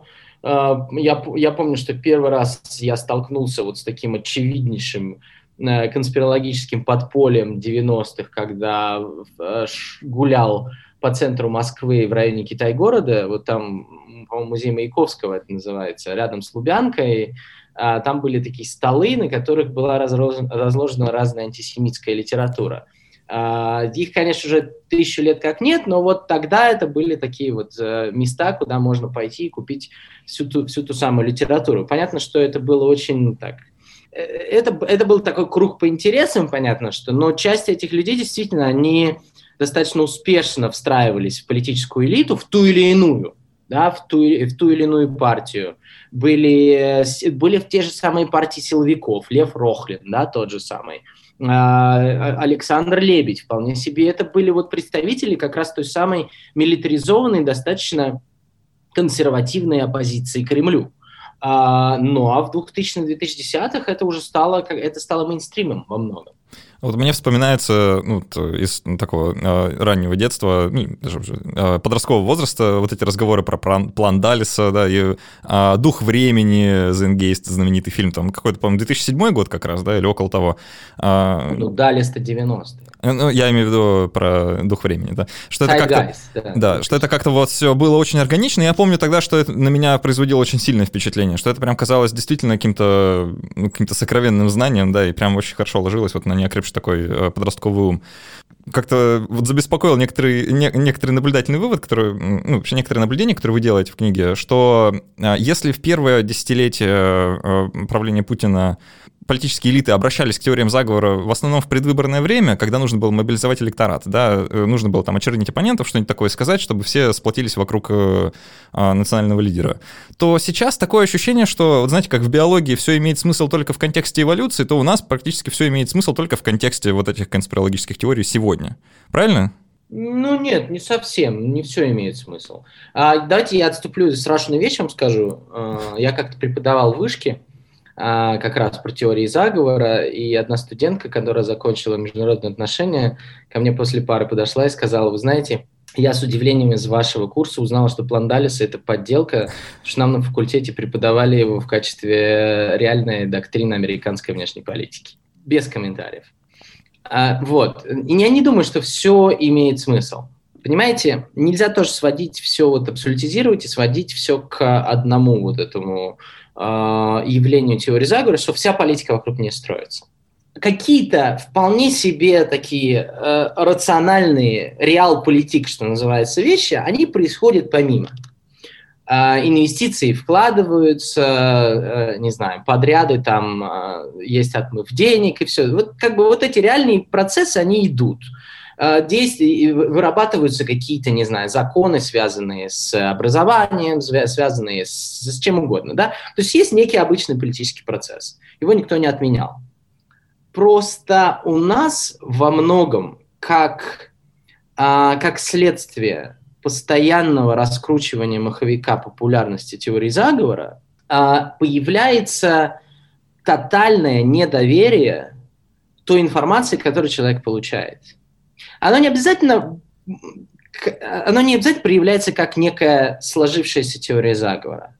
Я помню, что первый раз я столкнулся вот с таким очевиднейшим конспирологическим подпольем 90-х, когда гулял по центру Москвы в районе Китай-города, вот там, по-моему, музей Маяковского это называется, рядом с Лубянкой. Там были такие столы, на которых была разложена разная антисемитская литература. Их, конечно, уже 1000 лет как нет, но вот тогда это были такие вот места, куда можно пойти и купить всю ту самую литературу. Понятно, что это было очень так... Это был такой круг по интересам, понятно, что, но часть этих людей действительно, они достаточно успешно встраивались в политическую элиту, в ту или иную, да, в ту или иную партию. Были в те же самые партии силовиков, Лев Рохлин, да, тот же самый, Александр Лебедь, вполне себе это были вот представители как раз той самой милитаризованной, достаточно консервативной оппозиции Кремлю. Ну а в 2000-2010-х это уже стало мейнстримом во многом. Вот мне вспоминается из такого раннего детства, даже подросткового возраста, вот эти разговоры про план Даллеса, да, и «Дух времени», Zeitgeist, знаменитый фильм, там какой-то, по-моему, 2007 год как раз, да, или около того. Даллес-то 90-е. Ну, я имею в виду про «Дух времени», да. Что это как-то, да, что это как-то вот все было очень органично. Я помню тогда, что это на меня производило очень сильное впечатление, что это прям казалось действительно каким-то сокровенным знанием, да, и прям очень хорошо ложилось вот на неокрепший такой подростковый ум. Как-то вот забеспокоил некоторый наблюдательный вывод, вообще некоторые наблюдения, которые вы делаете в книге, что если в первое десятилетие правления Путина политические элиты обращались к теориям заговора в основном в предвыборное время, когда нужно было мобилизовать электорат, да, нужно было там очернить оппонентов, что-нибудь такое сказать, чтобы все сплотились вокруг национального лидера, то сейчас такое ощущение, что, вот знаете, как в биологии все имеет смысл только в контексте эволюции, то у нас практически все имеет смысл только в контексте вот этих конспирологических теорий сегодня. Правильно? Ну нет, не совсем, не все имеет смысл. Давайте я отступлю, страшную вещь вам скажу. Я как-то преподавал в вышке, как раз про теории заговора, и одна студентка, которая закончила международные отношения, ко мне после пары подошла и сказала: вы знаете, я с удивлением из вашего курса узнала, что план Даллеса – это подделка, потому что нам на факультете преподавали его в качестве реальной доктрины американской внешней политики. Без комментариев. Вот. И я не думаю, что все имеет смысл. Понимаете, нельзя тоже сводить все, вот абсолютизировать и сводить все к одному вот этому явлению теории заговора, что вся политика вокруг нее строится. Какие-то вполне себе такие рациональные, реал-политик, что называется, вещи, они происходят помимо. Инвестиции вкладываются, не знаю, подряды, там есть отмыв денег и все. Вот как бы вот эти реальные процессы, они идут. Действия, вырабатываются какие-то, не знаю, законы, связанные с образованием, связанные с чем угодно, да? То есть некий обычный политический процесс. Его никто не отменял. Просто у нас во многом, как следствие постоянного раскручивания маховика популярности теории заговора, появляется тотальное недоверие той информации, которую человек получает. Оно не обязательно проявляется как некая сложившаяся теория заговора.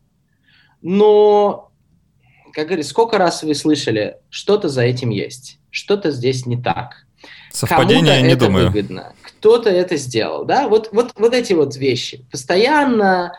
Но, как говорится, сколько раз вы слышали, что-то за этим есть, что-то здесь не так. Совпадение, не думаю. Кому-то это выгодно, кто-то это сделал. Да? Вот эти вот вещи постоянно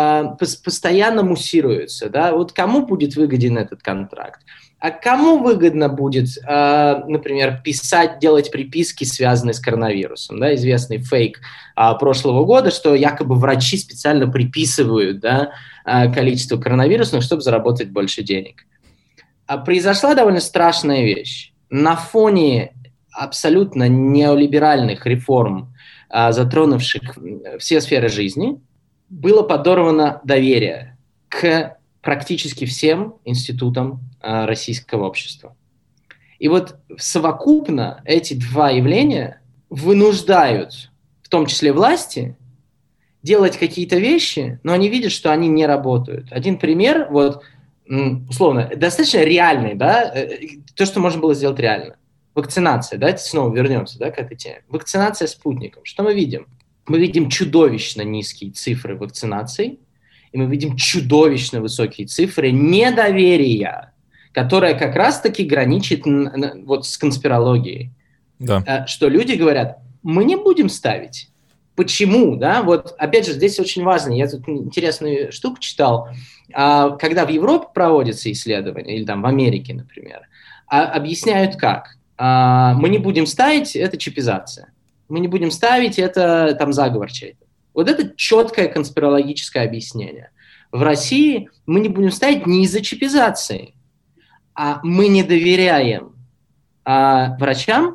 муссируются. Да? Вот кому будет выгоден этот контракт? А кому выгодно будет, например, делать приписки, связанные с коронавирусом? Да? Известный фейк прошлого года, что якобы врачи специально приписывают, да, количество коронавирусных, чтобы заработать больше денег. Произошла довольно страшная вещь. На фоне абсолютно неолиберальных реформ, затронувших все сферы жизни, было подорвано доверие к практически всем институтам российского общества. И вот совокупно эти два явления вынуждают, в том числе власти, делать какие-то вещи, но они видят, что они не работают. Один пример, вот, условно, достаточно реальный, да, то, что можно было сделать реально. Вакцинация, давайте снова вернемся, да, к этой теме. Вакцинация спутником. Что мы видим? Мы видим чудовищно низкие цифры вакцинации, и мы видим чудовищно высокие цифры недоверия, которое как раз-таки граничит вот с конспирологией. Да. Что люди говорят, мы не будем ставить. Почему? Да? Вот, опять же, здесь очень важно. Я тут интересную штуку читал. Когда в Европе проводятся исследования, или там в Америке, например, объясняют как. Мы не будем ставить, это чипизация. Мы не будем ставить, это там заговор чей-то. Вот это четкое конспирологическое объяснение. В России мы не будем ставить не из-за чипизации, а мы не доверяем врачам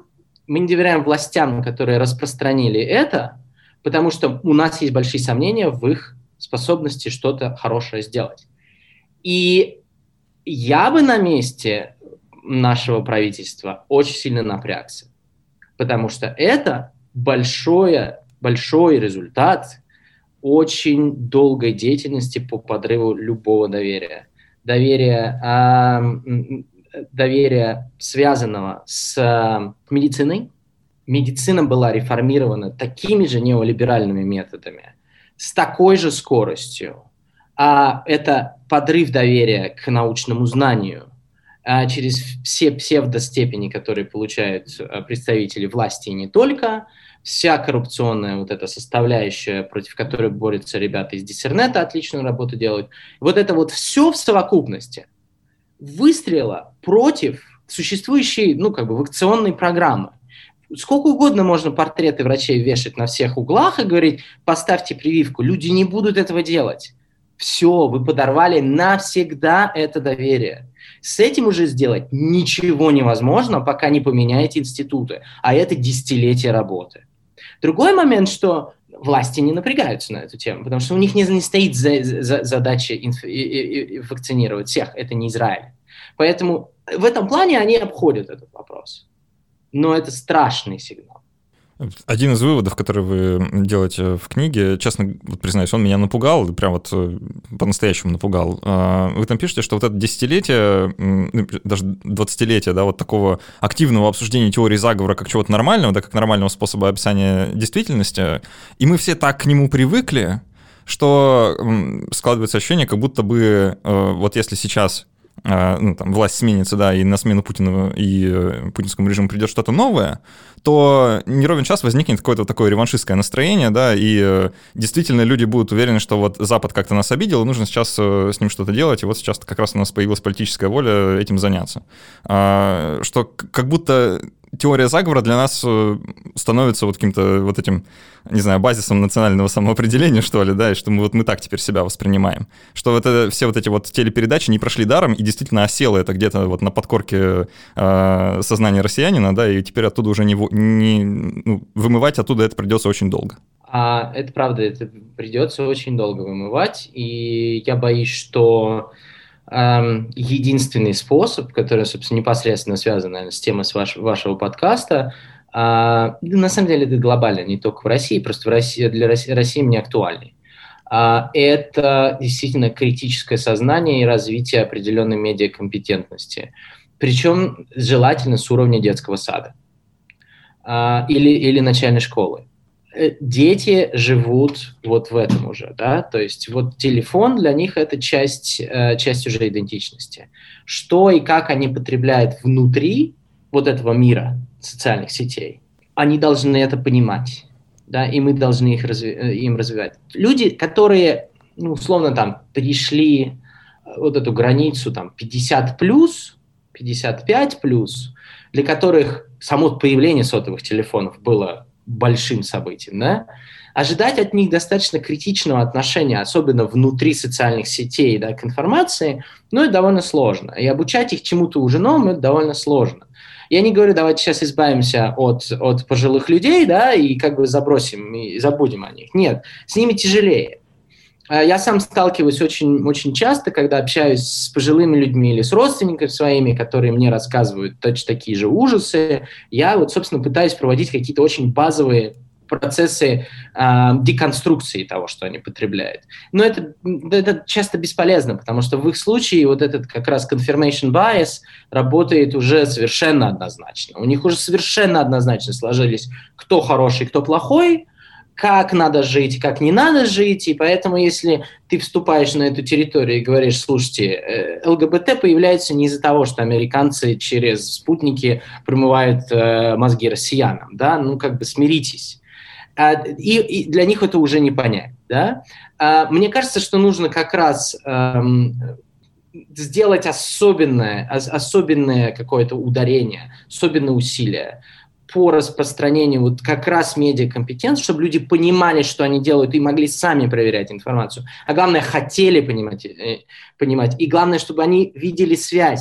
Мы не доверяем властям, которые распространили это, потому что у нас есть большие сомнения в их способности что-то хорошее сделать. И я бы на месте нашего правительства очень сильно напрягся, потому что это большой результат очень долгой деятельности по подрыву любого доверия. Доверия, связанного с медициной. Медицина была реформирована такими же неолиберальными методами, с такой же скоростью. Это подрыв доверия к научному знанию через все псевдостепени, которые получают представители власти и не только, вся коррупционная вот эта составляющая, против которой борются ребята из Диссернета, отличную работу делают. Вот это вот все в совокупности выстрела против существующей, вакцinaционной программы. Сколько угодно можно портреты врачей вешать на всех углах и говорить, поставьте прививку, люди не будут этого делать. Все, вы подорвали навсегда это доверие. С этим уже сделать ничего невозможно, пока не поменяете институты, а это десятилетия работы. Другой момент, что власти не напрягаются на эту тему, потому что у них не стоит задача вакцинировать всех, это не Израиль. Поэтому в этом плане они обходят этот вопрос. Но это страшный сигнал. Один из выводов, который вы делаете в книге, честно признаюсь, он меня напугал, прям вот по-настоящему напугал. Вы там пишете, что вот это десятилетие, даже 20-летие, да, вот такого активного обсуждения теории заговора как чего-то нормального, да, как нормального способа описания действительности, и мы все так к нему привыкли, что складывается ощущение, как будто бы вот если сейчас власть сменится, да, и на смену Путину и путинскому режиму придет что-то новое, то не ровен час возникнет какое-то такое реваншистское настроение, да, и действительно люди будут уверены, что вот Запад как-то нас обидел, и нужно сейчас с ним что-то делать, и вот сейчас как раз у нас появилась политическая воля этим заняться. Что как будто теория заговора для нас становится вот каким-то вот этим, не знаю, базисом национального самоопределения, что ли, да, и что мы так теперь себя воспринимаем. Что вот все вот эти вот телепередачи не прошли даром, и действительно осело это где-то вот на подкорке сознания россиянина, да, и теперь оттуда уже вымывать оттуда это придется очень долго. Это правда, это придется очень долго вымывать, и я боюсь, что единственный способ, который, собственно, непосредственно связан, наверное, с темой вашего подкаста, на самом деле это глобально, не только в России, просто для России мне актуальный. Это действительно критическое сознание и развитие определенной медиакомпетентности. Причем желательно с уровня детского сада или начальной школы. Дети живут вот в этом уже, да, то есть вот телефон для них это часть уже идентичности. Что и как они потребляют внутри вот этого мира социальных сетей, они должны это понимать, да, и мы должны им развивать. Люди, которые, условно, там, перешли вот эту границу, там, 50+, 55+, для которых само появление сотовых телефонов было большим событием, да, ожидать от них достаточно критичного отношения, особенно внутри социальных сетей, да, к информации, это довольно сложно. И обучать их чему-то уже новому, это довольно сложно. Я не говорю, давайте сейчас избавимся от пожилых людей, да, и как бы забросим и забудем о них. Нет, с ними тяжелее. Я сам сталкиваюсь очень, очень часто, когда общаюсь с пожилыми людьми или с родственниками своими, которые мне рассказывают точно такие же ужасы. Я вот, собственно, пытаюсь проводить какие-то очень базовые процессы деконструкции того, что они потребляют. Но это часто бесполезно, потому что в их случае вот этот как раз confirmation bias работает уже совершенно однозначно. У них уже совершенно однозначно сложились, кто хороший, кто плохой, как надо жить, как не надо жить, и поэтому, если ты вступаешь на эту территорию и говоришь, слушайте, ЛГБТ появляется не из-за того, что американцы через спутники промывают мозги россиянам, да, смиритесь. И для них это уже не понять, да. Мне кажется, что нужно как раз сделать особенное какое-то ударение, особенное усилие по распространению вот как раз медиакомпетенции, чтобы люди понимали, что они делают, и могли сами проверять информацию. А главное, хотели понимать. И главное, чтобы они видели связь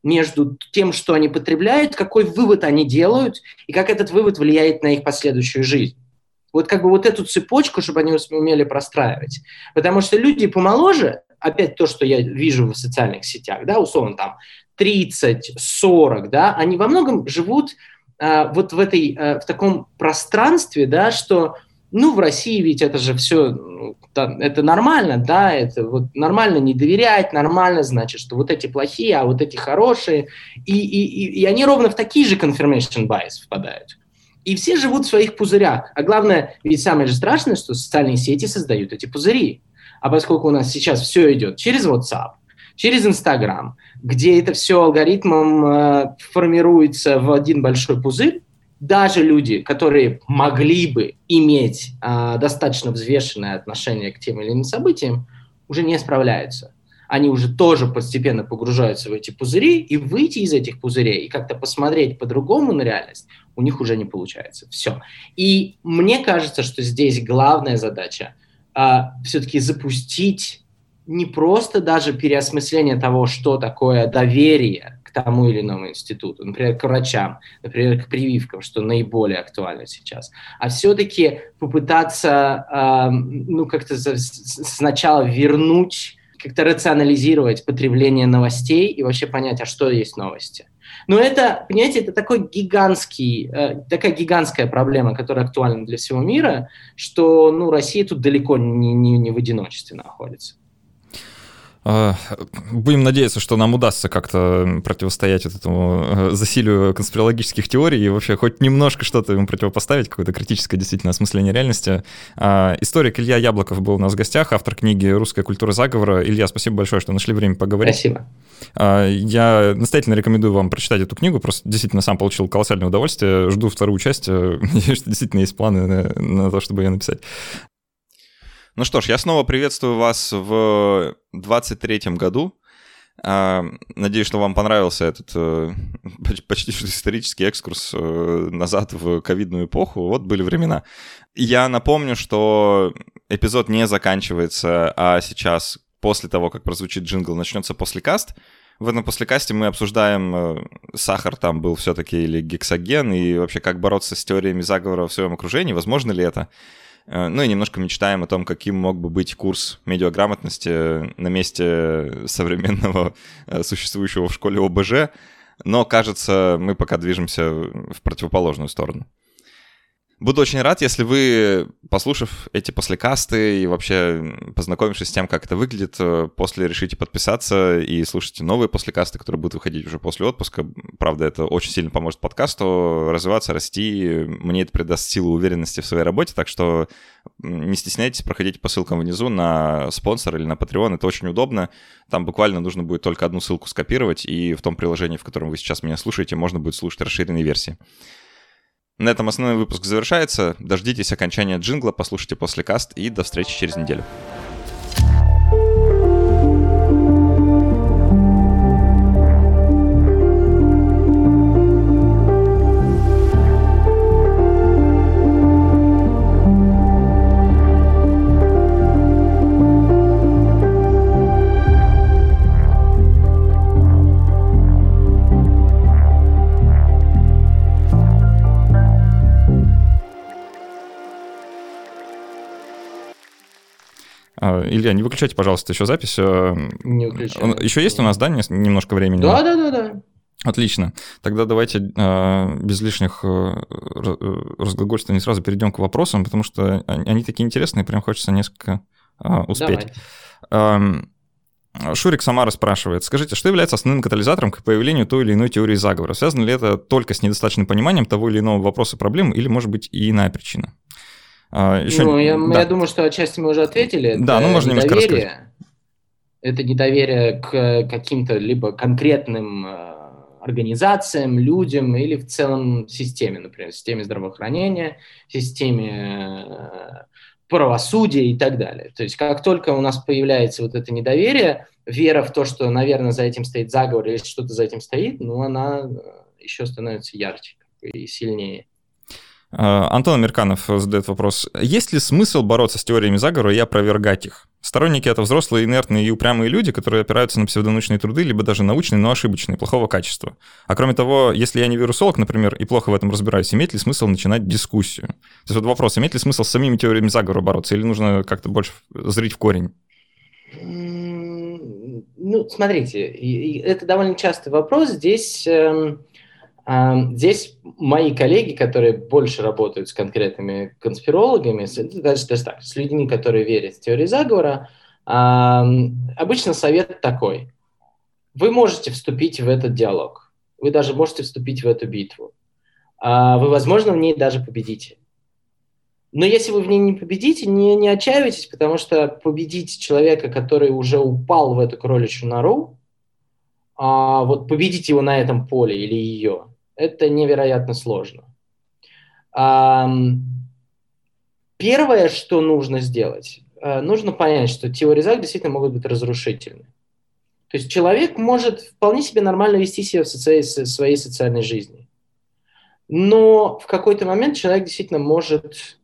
между тем, что они потребляют, какой вывод они делают, и как этот вывод влияет на их последующую жизнь. Вот как бы вот эту цепочку, чтобы они умели простраивать. Потому что люди помоложе, опять то, что я вижу в социальных сетях, да, условно там 30, 40, да, они во многом живут вот в таком пространстве, да, что, в России ведь это же все, это нормально, да, это вот нормально не доверять, нормально, значит, что вот эти плохие, а вот эти хорошие, и они ровно в такие же confirmation bias впадают. И все живут в своих пузырях. А главное, ведь самое же страшное, что социальные сети создают эти пузыри. А поскольку у нас сейчас все идет через WhatsApp, через Instagram, где это все алгоритмом формируется в один большой пузырь, даже люди, которые могли бы иметь достаточно взвешенное отношение к тем или иным событиям, уже не справляются. Они уже тоже постепенно погружаются в эти пузыри, и выйти из этих пузырей и как-то посмотреть по-другому на реальность у них уже не получается. Все. И мне кажется, что здесь главная задача все-таки запустить не просто даже переосмысление того, что такое доверие к тому или иному институту, например, к врачам, например, к прививкам, что наиболее актуально сейчас, а все-таки попытаться как-то сначала вернуть, как-то рационализировать потребление новостей и вообще понять, а что есть новости. Но это, понимаете, это такая гигантская проблема, которая актуальна для всего мира, что Россия тут далеко не в одиночестве находится. Будем надеяться, что нам удастся как-то противостоять вот этому засилию конспирологических теорий и вообще хоть немножко что-то ему противопоставить, какое-то критическое действительно осмысление реальности. Историк Илья Яблоков был у нас в гостях, автор книги «Русская культура заговора». Илья, спасибо большое, что нашли время поговорить. Спасибо. Я настоятельно рекомендую вам прочитать эту книгу, просто действительно сам получил колоссальное удовольствие, жду вторую часть, надеюсь, что действительно есть планы на то, чтобы ее написать. Ну что ж, я снова приветствую вас в 23-м году. Надеюсь, что вам понравился этот почти что исторический экскурс назад в ковидную эпоху. Вот были времена. Я напомню, что эпизод не заканчивается, а сейчас, после того, как прозвучит джингл, начнется послекаст. В этом послекасте мы обсуждаем, сахар там был все-таки или гексоген, и вообще как бороться с теориями заговора в своем окружении, возможно ли это. Ну и немножко мечтаем о том, каким мог бы быть курс медиаграмотности на месте современного существующего в школе ОБЖ, но, кажется, мы пока движемся в противоположную сторону. Буду очень рад, если вы, послушав эти послекасты и вообще познакомившись с тем, как это выглядит, после решите подписаться и слушайте новые послекасты, которые будут выходить уже после отпуска. Правда, это очень сильно поможет подкасту развиваться, расти. Мне это придаст силу и уверенности в своей работе, так что не стесняйтесь, проходите по ссылкам внизу на спонсор или на Patreon. Это очень удобно. Там буквально нужно будет только одну ссылку скопировать, и в том приложении, в котором вы сейчас меня слушаете, можно будет слушать расширенные версии. На этом основной выпуск завершается. Дождитесь окончания джингла, послушайте послекаст и до встречи через неделю. Илья, не выключайте, пожалуйста, еще запись. Не выключаю. Еще есть у нас, да, немножко времени? Да. Отлично. Тогда давайте без лишних разглагольствований сразу перейдем к вопросам, потому что они такие интересные, прям хочется несколько успеть. Шурик Самара спрашивает: скажите, что является основным катализатором к появлению той или иной теории заговора? Связано ли это только с недостаточным пониманием того или иного вопроса проблемы, или, может быть, и иная причина? Я думаю, что отчасти мы уже ответили. Да, можно немножко рассказать. Это недоверие к каким-то либо конкретным организациям, людям или в целом системе, например, системе здравоохранения, системе правосудия и так далее. То есть как только у нас появляется вот это недоверие, вера в то, что, наверное, за этим стоит заговор или что-то за этим стоит, она еще становится ярче и сильнее. Антон Амирканов задает вопрос: есть ли смысл бороться с теориями заговора и опровергать их? Сторонники — это взрослые, инертные и упрямые люди, которые опираются на псевдонаучные труды, либо даже научные, но ошибочные, плохого качества. А кроме того, если я не вирусолог, например, и плохо в этом разбираюсь, имеет ли смысл начинать дискуссию? То есть вот вопрос, имеет ли смысл с самими теориями заговора бороться, или нужно как-то больше зрить в корень? Ну, смотрите, это довольно частый вопрос. Здесь мои коллеги, которые больше работают с конкретными конспирологами, даже так, с людьми, которые верят в теории заговора, обычно совет такой. Вы можете вступить в этот диалог. Вы даже можете вступить в эту битву. Вы, возможно, в ней даже победите. Но если вы в ней не победите, не отчаивайтесь, потому что победить человека, который уже упал в эту кроличью нору, вот победить его на этом поле или ее, это невероятно сложно. Первое, что нужно сделать, нужно понять, что теории заговора действительно могут быть разрушительны. То есть человек может вполне себе нормально вести себя в своей социальной жизни. Но в какой-то момент человек действительно может,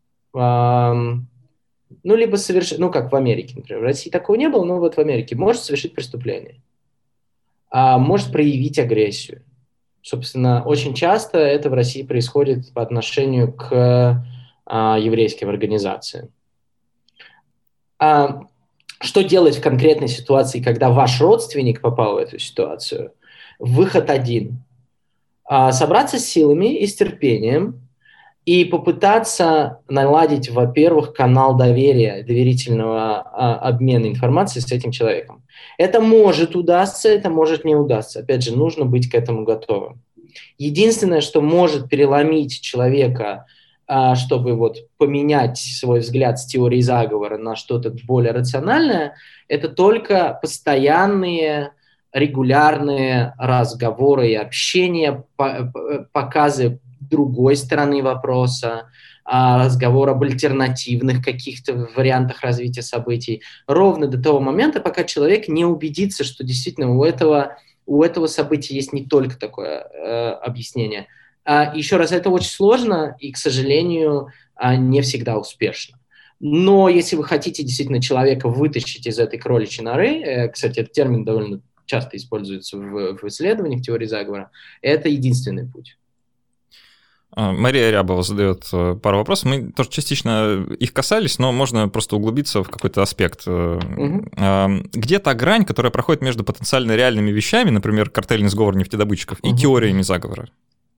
либо совершить, как в Америке, например. В России такого не было, но вот в Америке может совершить преступление, может проявить агрессию. Собственно, очень часто это в России происходит по отношению к еврейским организациям. Что делать в конкретной ситуации, когда ваш родственник попал в эту ситуацию? Выход один. Собраться с силами и с терпением и попытаться наладить, во-первых, канал доверия, доверительного обмена информацией с этим человеком. Это может удастся, это может не удастся. Опять же, нужно быть к этому готовым. Единственное, что может переломить человека, чтобы поменять свой взгляд с теории заговора на что-то более рациональное, это только постоянные, регулярные разговоры и общение, показы другой стороны вопроса, разговор об альтернативных каких-то вариантах развития событий, ровно до того момента, пока человек не убедится, что действительно у этого события есть не только такое объяснение. Еще раз, это очень сложно и, к сожалению, не всегда успешно. Но если вы хотите действительно человека вытащить из этой кроличьей норы, кстати, этот термин довольно часто используется в исследованиях теории заговора, это единственный путь. Мария Рябова задает пару вопросов. Мы тоже частично их касались, но можно просто углубиться в какой-то аспект. Где та грань, которая проходит между потенциально реальными вещами, например, картельный сговор нефтедобытчиков, и теориями заговора?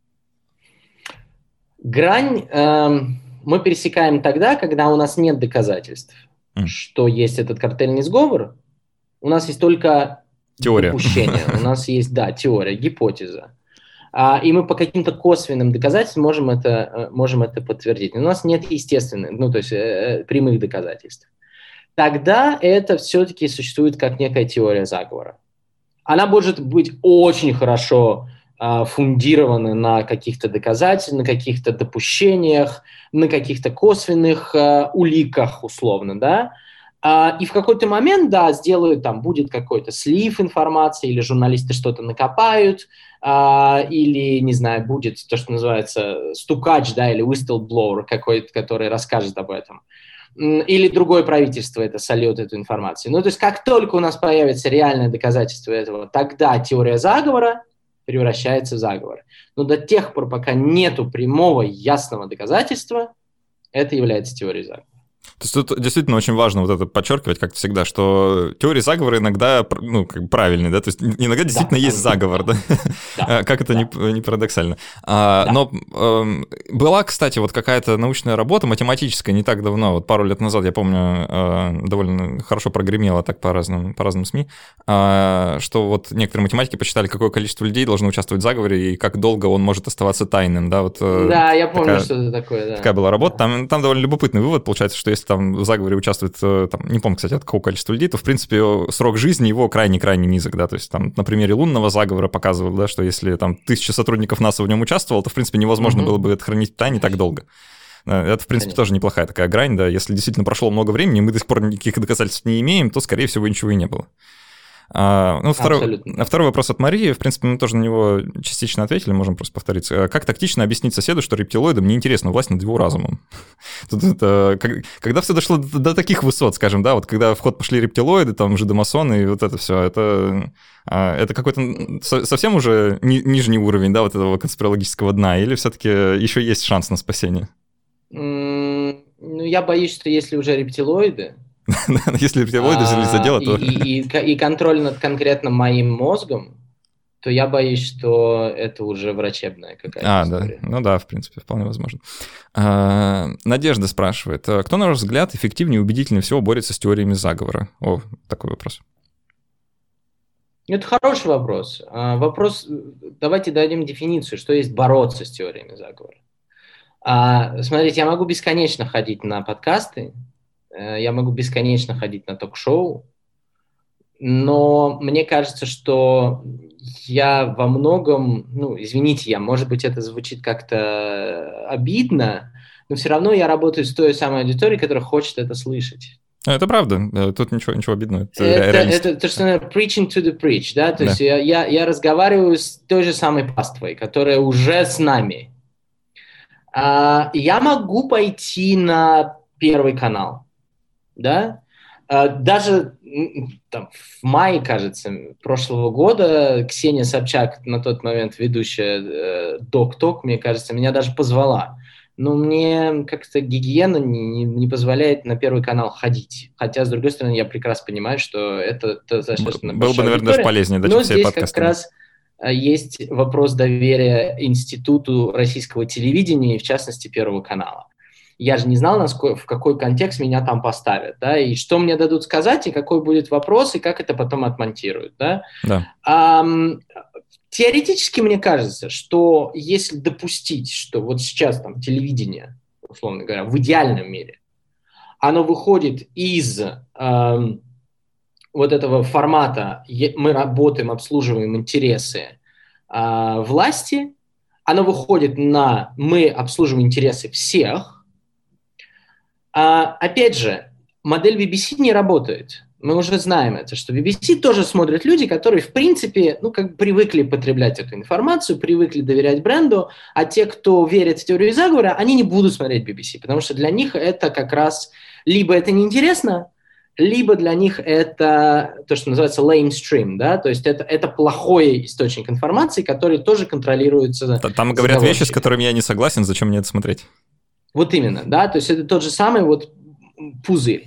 Грань мы пересекаем тогда, когда у нас нет доказательств, что есть этот картельный сговор. У нас есть только допущение. У нас есть, теория, гипотеза. И мы по каким-то косвенным доказательствам можем это подтвердить. Но у нас нет естественных, прямых доказательств. Тогда это все-таки существует как некая теория заговора. Она может быть очень хорошо фундированы на каких-то доказательствах, на каких-то допущениях, на каких-то косвенных уликах, условно, да. И в какой-то момент, сделают, будет какой-то слив информации, или журналисты что-то накопают, или, не знаю, будет то, что называется стукач, или whistleblower какой-то, который расскажет об этом. Или другое правительство это сольет эту информацию. То есть как только у нас появится реальное доказательство этого, тогда теория заговора превращается в заговор. Но до тех пор, пока нету прямого, ясного доказательства, это является теорией заговора. То есть тут действительно очень важно это подчеркивать, как всегда, что теория заговора иногда правильные, да, то есть иногда действительно есть заговор, да, как это не парадоксально. Но была, кстати, какая-то научная работа математическая не так давно, пару лет назад, я помню, довольно хорошо прогремела так по разным СМИ, что некоторые математики посчитали, какое количество людей должно участвовать в заговоре и как долго он может оставаться тайным, да, Да, я помню, что это такое, да. Такая была работа, там довольно любопытный вывод получается, что если там в заговоре участвует, не помню, кстати, от какого количества людей, то, в принципе, срок жизни его крайне-крайне низок, да, то есть там на примере лунного заговора показывал, да, что если там 1000 сотрудников НАСА в нем участвовало, то, в принципе, невозможно было бы это хранить в тайне так долго. Это, в принципе, тоже неплохая такая грань, да, если действительно прошло много времени, мы до сих пор никаких доказательств не имеем, то, скорее всего, ничего и не было. Второй вопрос от Марии. В принципе, мы тоже на него частично ответили, можем просто повторить. Как тактично объяснить соседу, что рептилоидам неинтересна власть над его разумом? Когда все дошло до таких высот, скажем, да, вот когда в ход пошли рептилоиды, там жидомасоны и вот это все, это какой-то совсем уже нижний уровень, да, вот этого конспирологического дна, или все-таки еще есть шанс на спасение? Я боюсь, что если уже рептилоиды... Если рептилоиды взялись за дело, то... И контроль над конкретно моим мозгом, то я боюсь, что это уже врачебная какая-то история. Да. Ну да, в принципе, вполне возможно. Надежда спрашивает, кто, на ваш взгляд, эффективнее и убедительнее всего борется с теориями заговора? О, такой вопрос. Это хороший вопрос. Давайте дадим дефиницию, что есть бороться с теориями заговора. Смотрите, я могу бесконечно ходить на подкасты, я могу бесконечно ходить на ток-шоу, но мне кажется, что я во многом, извините, может быть, это звучит как-то обидно, но все равно я работаю с той самой аудиторией, которая хочет это слышать. Это правда, тут ничего обидного. Это то, что preaching to the preach, да, то есть я разговариваю с той же самой паствой, которая уже с нами. Я могу пойти на Первый канал, да, даже там, в мае, кажется, прошлого года Ксения Собчак, на тот момент ведущая Док-Ток, мне кажется, меня даже позвала. Но мне как-то гигиена не позволяет на Первый канал ходить. Хотя, с другой стороны, я прекрасно понимаю, что это достаточно было бы, наверное, даже полезнее, чем все подкасты. Но здесь как раз есть вопрос доверия институту российского телевидения и, в частности, Первого канала. Я же не знал, в какой контекст меня там поставят, да, и что мне дадут сказать, и какой будет вопрос, и как это потом отмонтируют, да. Теоретически мне кажется, что если допустить, что вот сейчас там телевидение, условно говоря, в идеальном мире, оно выходит из вот этого формата «мы работаем, обслуживаем интересы власти», оно выходит на «мы обслуживаем интересы всех». Опять же, модель BBC не работает. Мы уже знаем это, что BBC тоже смотрят люди, которые, в принципе, привыкли потреблять эту информацию, привыкли доверять бренду, а те, кто верит в теорию заговора, они не будут смотреть BBC, потому что для них это как раз либо это неинтересно, либо для них это то, что называется lamestream, да, то есть это плохой источник информации, который тоже контролируется. Там говорят вещи, с которыми я не согласен, зачем мне это смотреть? Вот именно, да, то есть это тот же самый вот пузырь.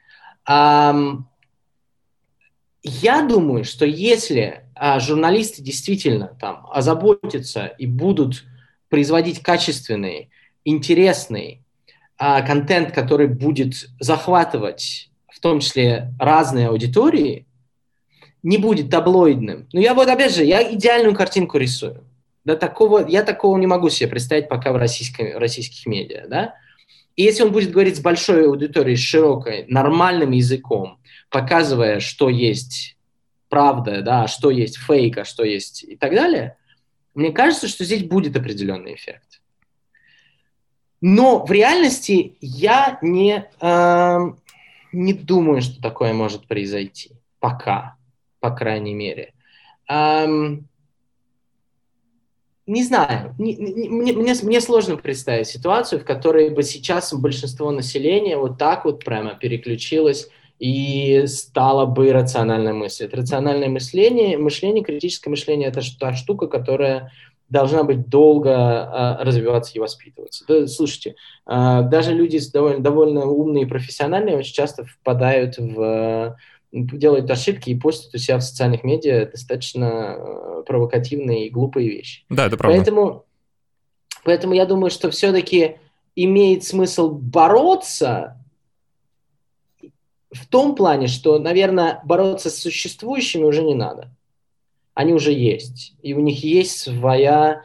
Я думаю, что если журналисты действительно там озаботятся и будут производить качественный, интересный контент, который будет захватывать в том числе разные аудитории, не будет таблоидным. Но я опять же, я идеальную картинку рисую. Да, я такого не могу себе представить пока в российских медиа, да. И если он будет говорить с большой аудиторией, с широкой, нормальным языком, показывая, что есть правда, да, что есть фейк, а что есть и так далее, мне кажется, что здесь будет определенный эффект. Но в реальности я не думаю, что такое может произойти. Пока, по крайней мере. Не знаю, мне сложно представить ситуацию, в которой бы сейчас большинство населения вот так вот прямо переключилось и стало бы рационально мыслить. Рациональное мышление, критическое мышление – это та штука, которая должна быть долго развиваться и воспитываться. Да, слушайте, даже люди довольно умные и профессиональные очень часто впадают делают ошибки и постят у себя в социальных медиа достаточно провокативные и глупые вещи. Да, это правда. Поэтому я думаю, что все-таки имеет смысл бороться в том плане, что, наверное, бороться с существующими уже не надо. Они уже есть. И у них есть своя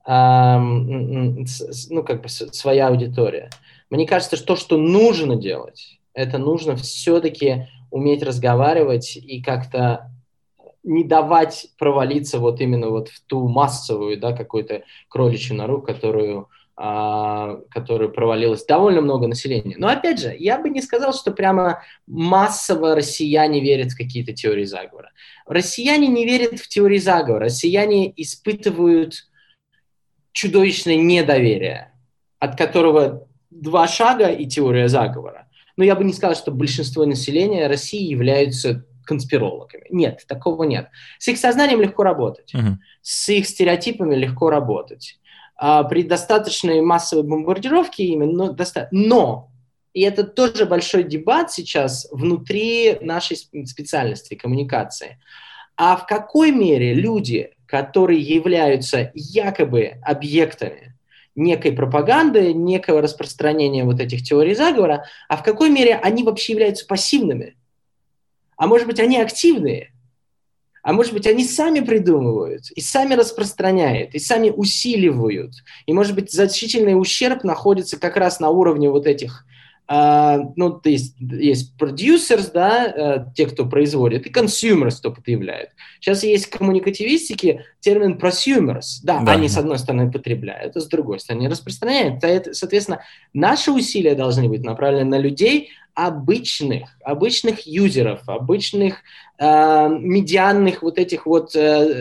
аудитория. Мне кажется, что то, что нужно делать, это нужно все-таки уметь разговаривать и как-то не давать провалиться вот именно вот в ту массовую, да, какую-то кроличью нору, которую которую провалилось довольно много населения. Но опять же, я бы не сказал, что прямо массово россияне верят в какие-то теории заговора. Россияне не верят в теории заговора. Россияне испытывают чудовищное недоверие, от которого 2 шага и теория заговора. Но я бы не сказал, что большинство населения России являются конспирологами. Нет, такого нет. С их сознанием легко работать. С их стереотипами легко работать. При достаточной массовой бомбардировке именно, но, и это тоже большой дебат сейчас внутри нашей специальности коммуникации, а в какой мере люди, которые являются якобы объектами некой пропаганды, некого распространения вот этих теорий заговора, а в какой мере они вообще являются пассивными? А может быть, они активные? А может быть, они сами придумывают, и сами распространяют, и сами усиливают. И, может быть, значительный ущерб находится как раз на уровне вот этих, то есть producers, да, те, кто производит, и consumers, кто потребляет. Сейчас есть в коммуникативистике термин prosumers. Да, они, с одной стороны, потребляют, а с другой стороны, распространяют. Соответственно, наши усилия должны быть направлены на людей, обычных юзеров, обычных медианных вот этих вот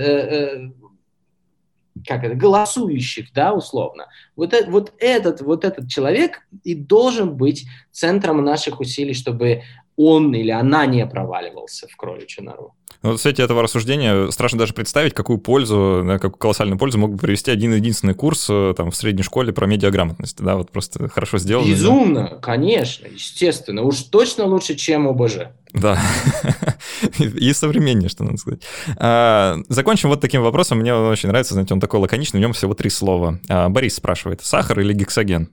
голосующих, да, условно. Вот этот человек и должен быть центром наших усилий, чтобы он или она не проваливался в кроличью нору. Вот в свете этого рассуждения страшно даже представить, какую пользу, да, какую колоссальную пользу мог бы привести один-единственный курс там, в средней школе про медиаграмотность. Да, вот просто хорошо сделано. Безумно, да? Конечно, естественно. Уж точно лучше, чем ОБЖ. Да, и современнее, что надо сказать. Закончим вот таким вопросом. Мне он очень нравится, знаете, он такой лаконичный, в нем всего 3 слова. Борис спрашивает, сахар или гексоген?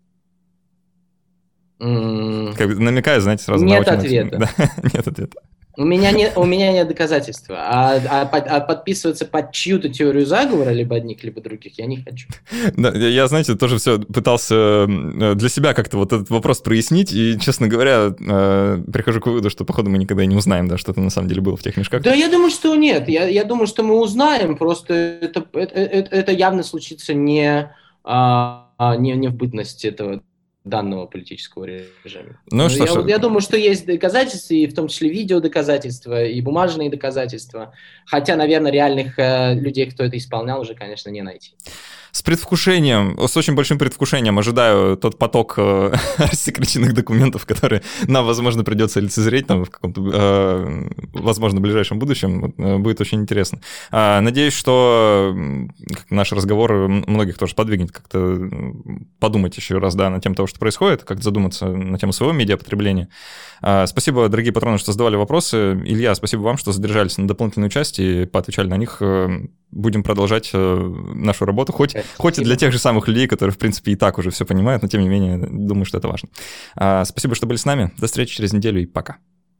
Как намекаю, знаете, сразу нет на ответа. Да, нет ответа. У меня нет доказательства. А подписываться под чью-то теорию заговора, либо одних, либо других, я не хочу. Да, я, знаете, тоже все пытался для себя как-то вот этот вопрос прояснить, и, честно говоря, прихожу к выводу, что, походу, мы никогда и не узнаем, да, что-то на самом деле было в тех мешках. Да, я думаю, что нет. Я думаю, что мы узнаем, просто это явно случится не в бытность этого данного политического режима. Я думаю, что есть доказательства, и в том числе видеодоказательства, и бумажные доказательства. Хотя, наверное, реальных людей, кто это исполнял, уже, конечно, не найти. С очень большим предвкушением ожидаю тот поток рассекреченных документов, которые нам, возможно, придется лицезреть там, в каком-то, возможно, ближайшем будущем. Будет очень интересно. Надеюсь, что наш разговор многих тоже подвигнет как-то подумать еще раз, да, на тему того, что происходит, как-то задуматься на тему своего медиапотребления. Спасибо, дорогие патроны, что задавали вопросы. Илья, спасибо вам, что задержались на дополнительную часть и поотвечали на них. Будем продолжать нашу работу, хоть и для тех же самых людей, которые, в принципе, и так уже все понимают, но, тем не менее, думаю, что это важно. Спасибо, что были с нами. До встречи через неделю и пока.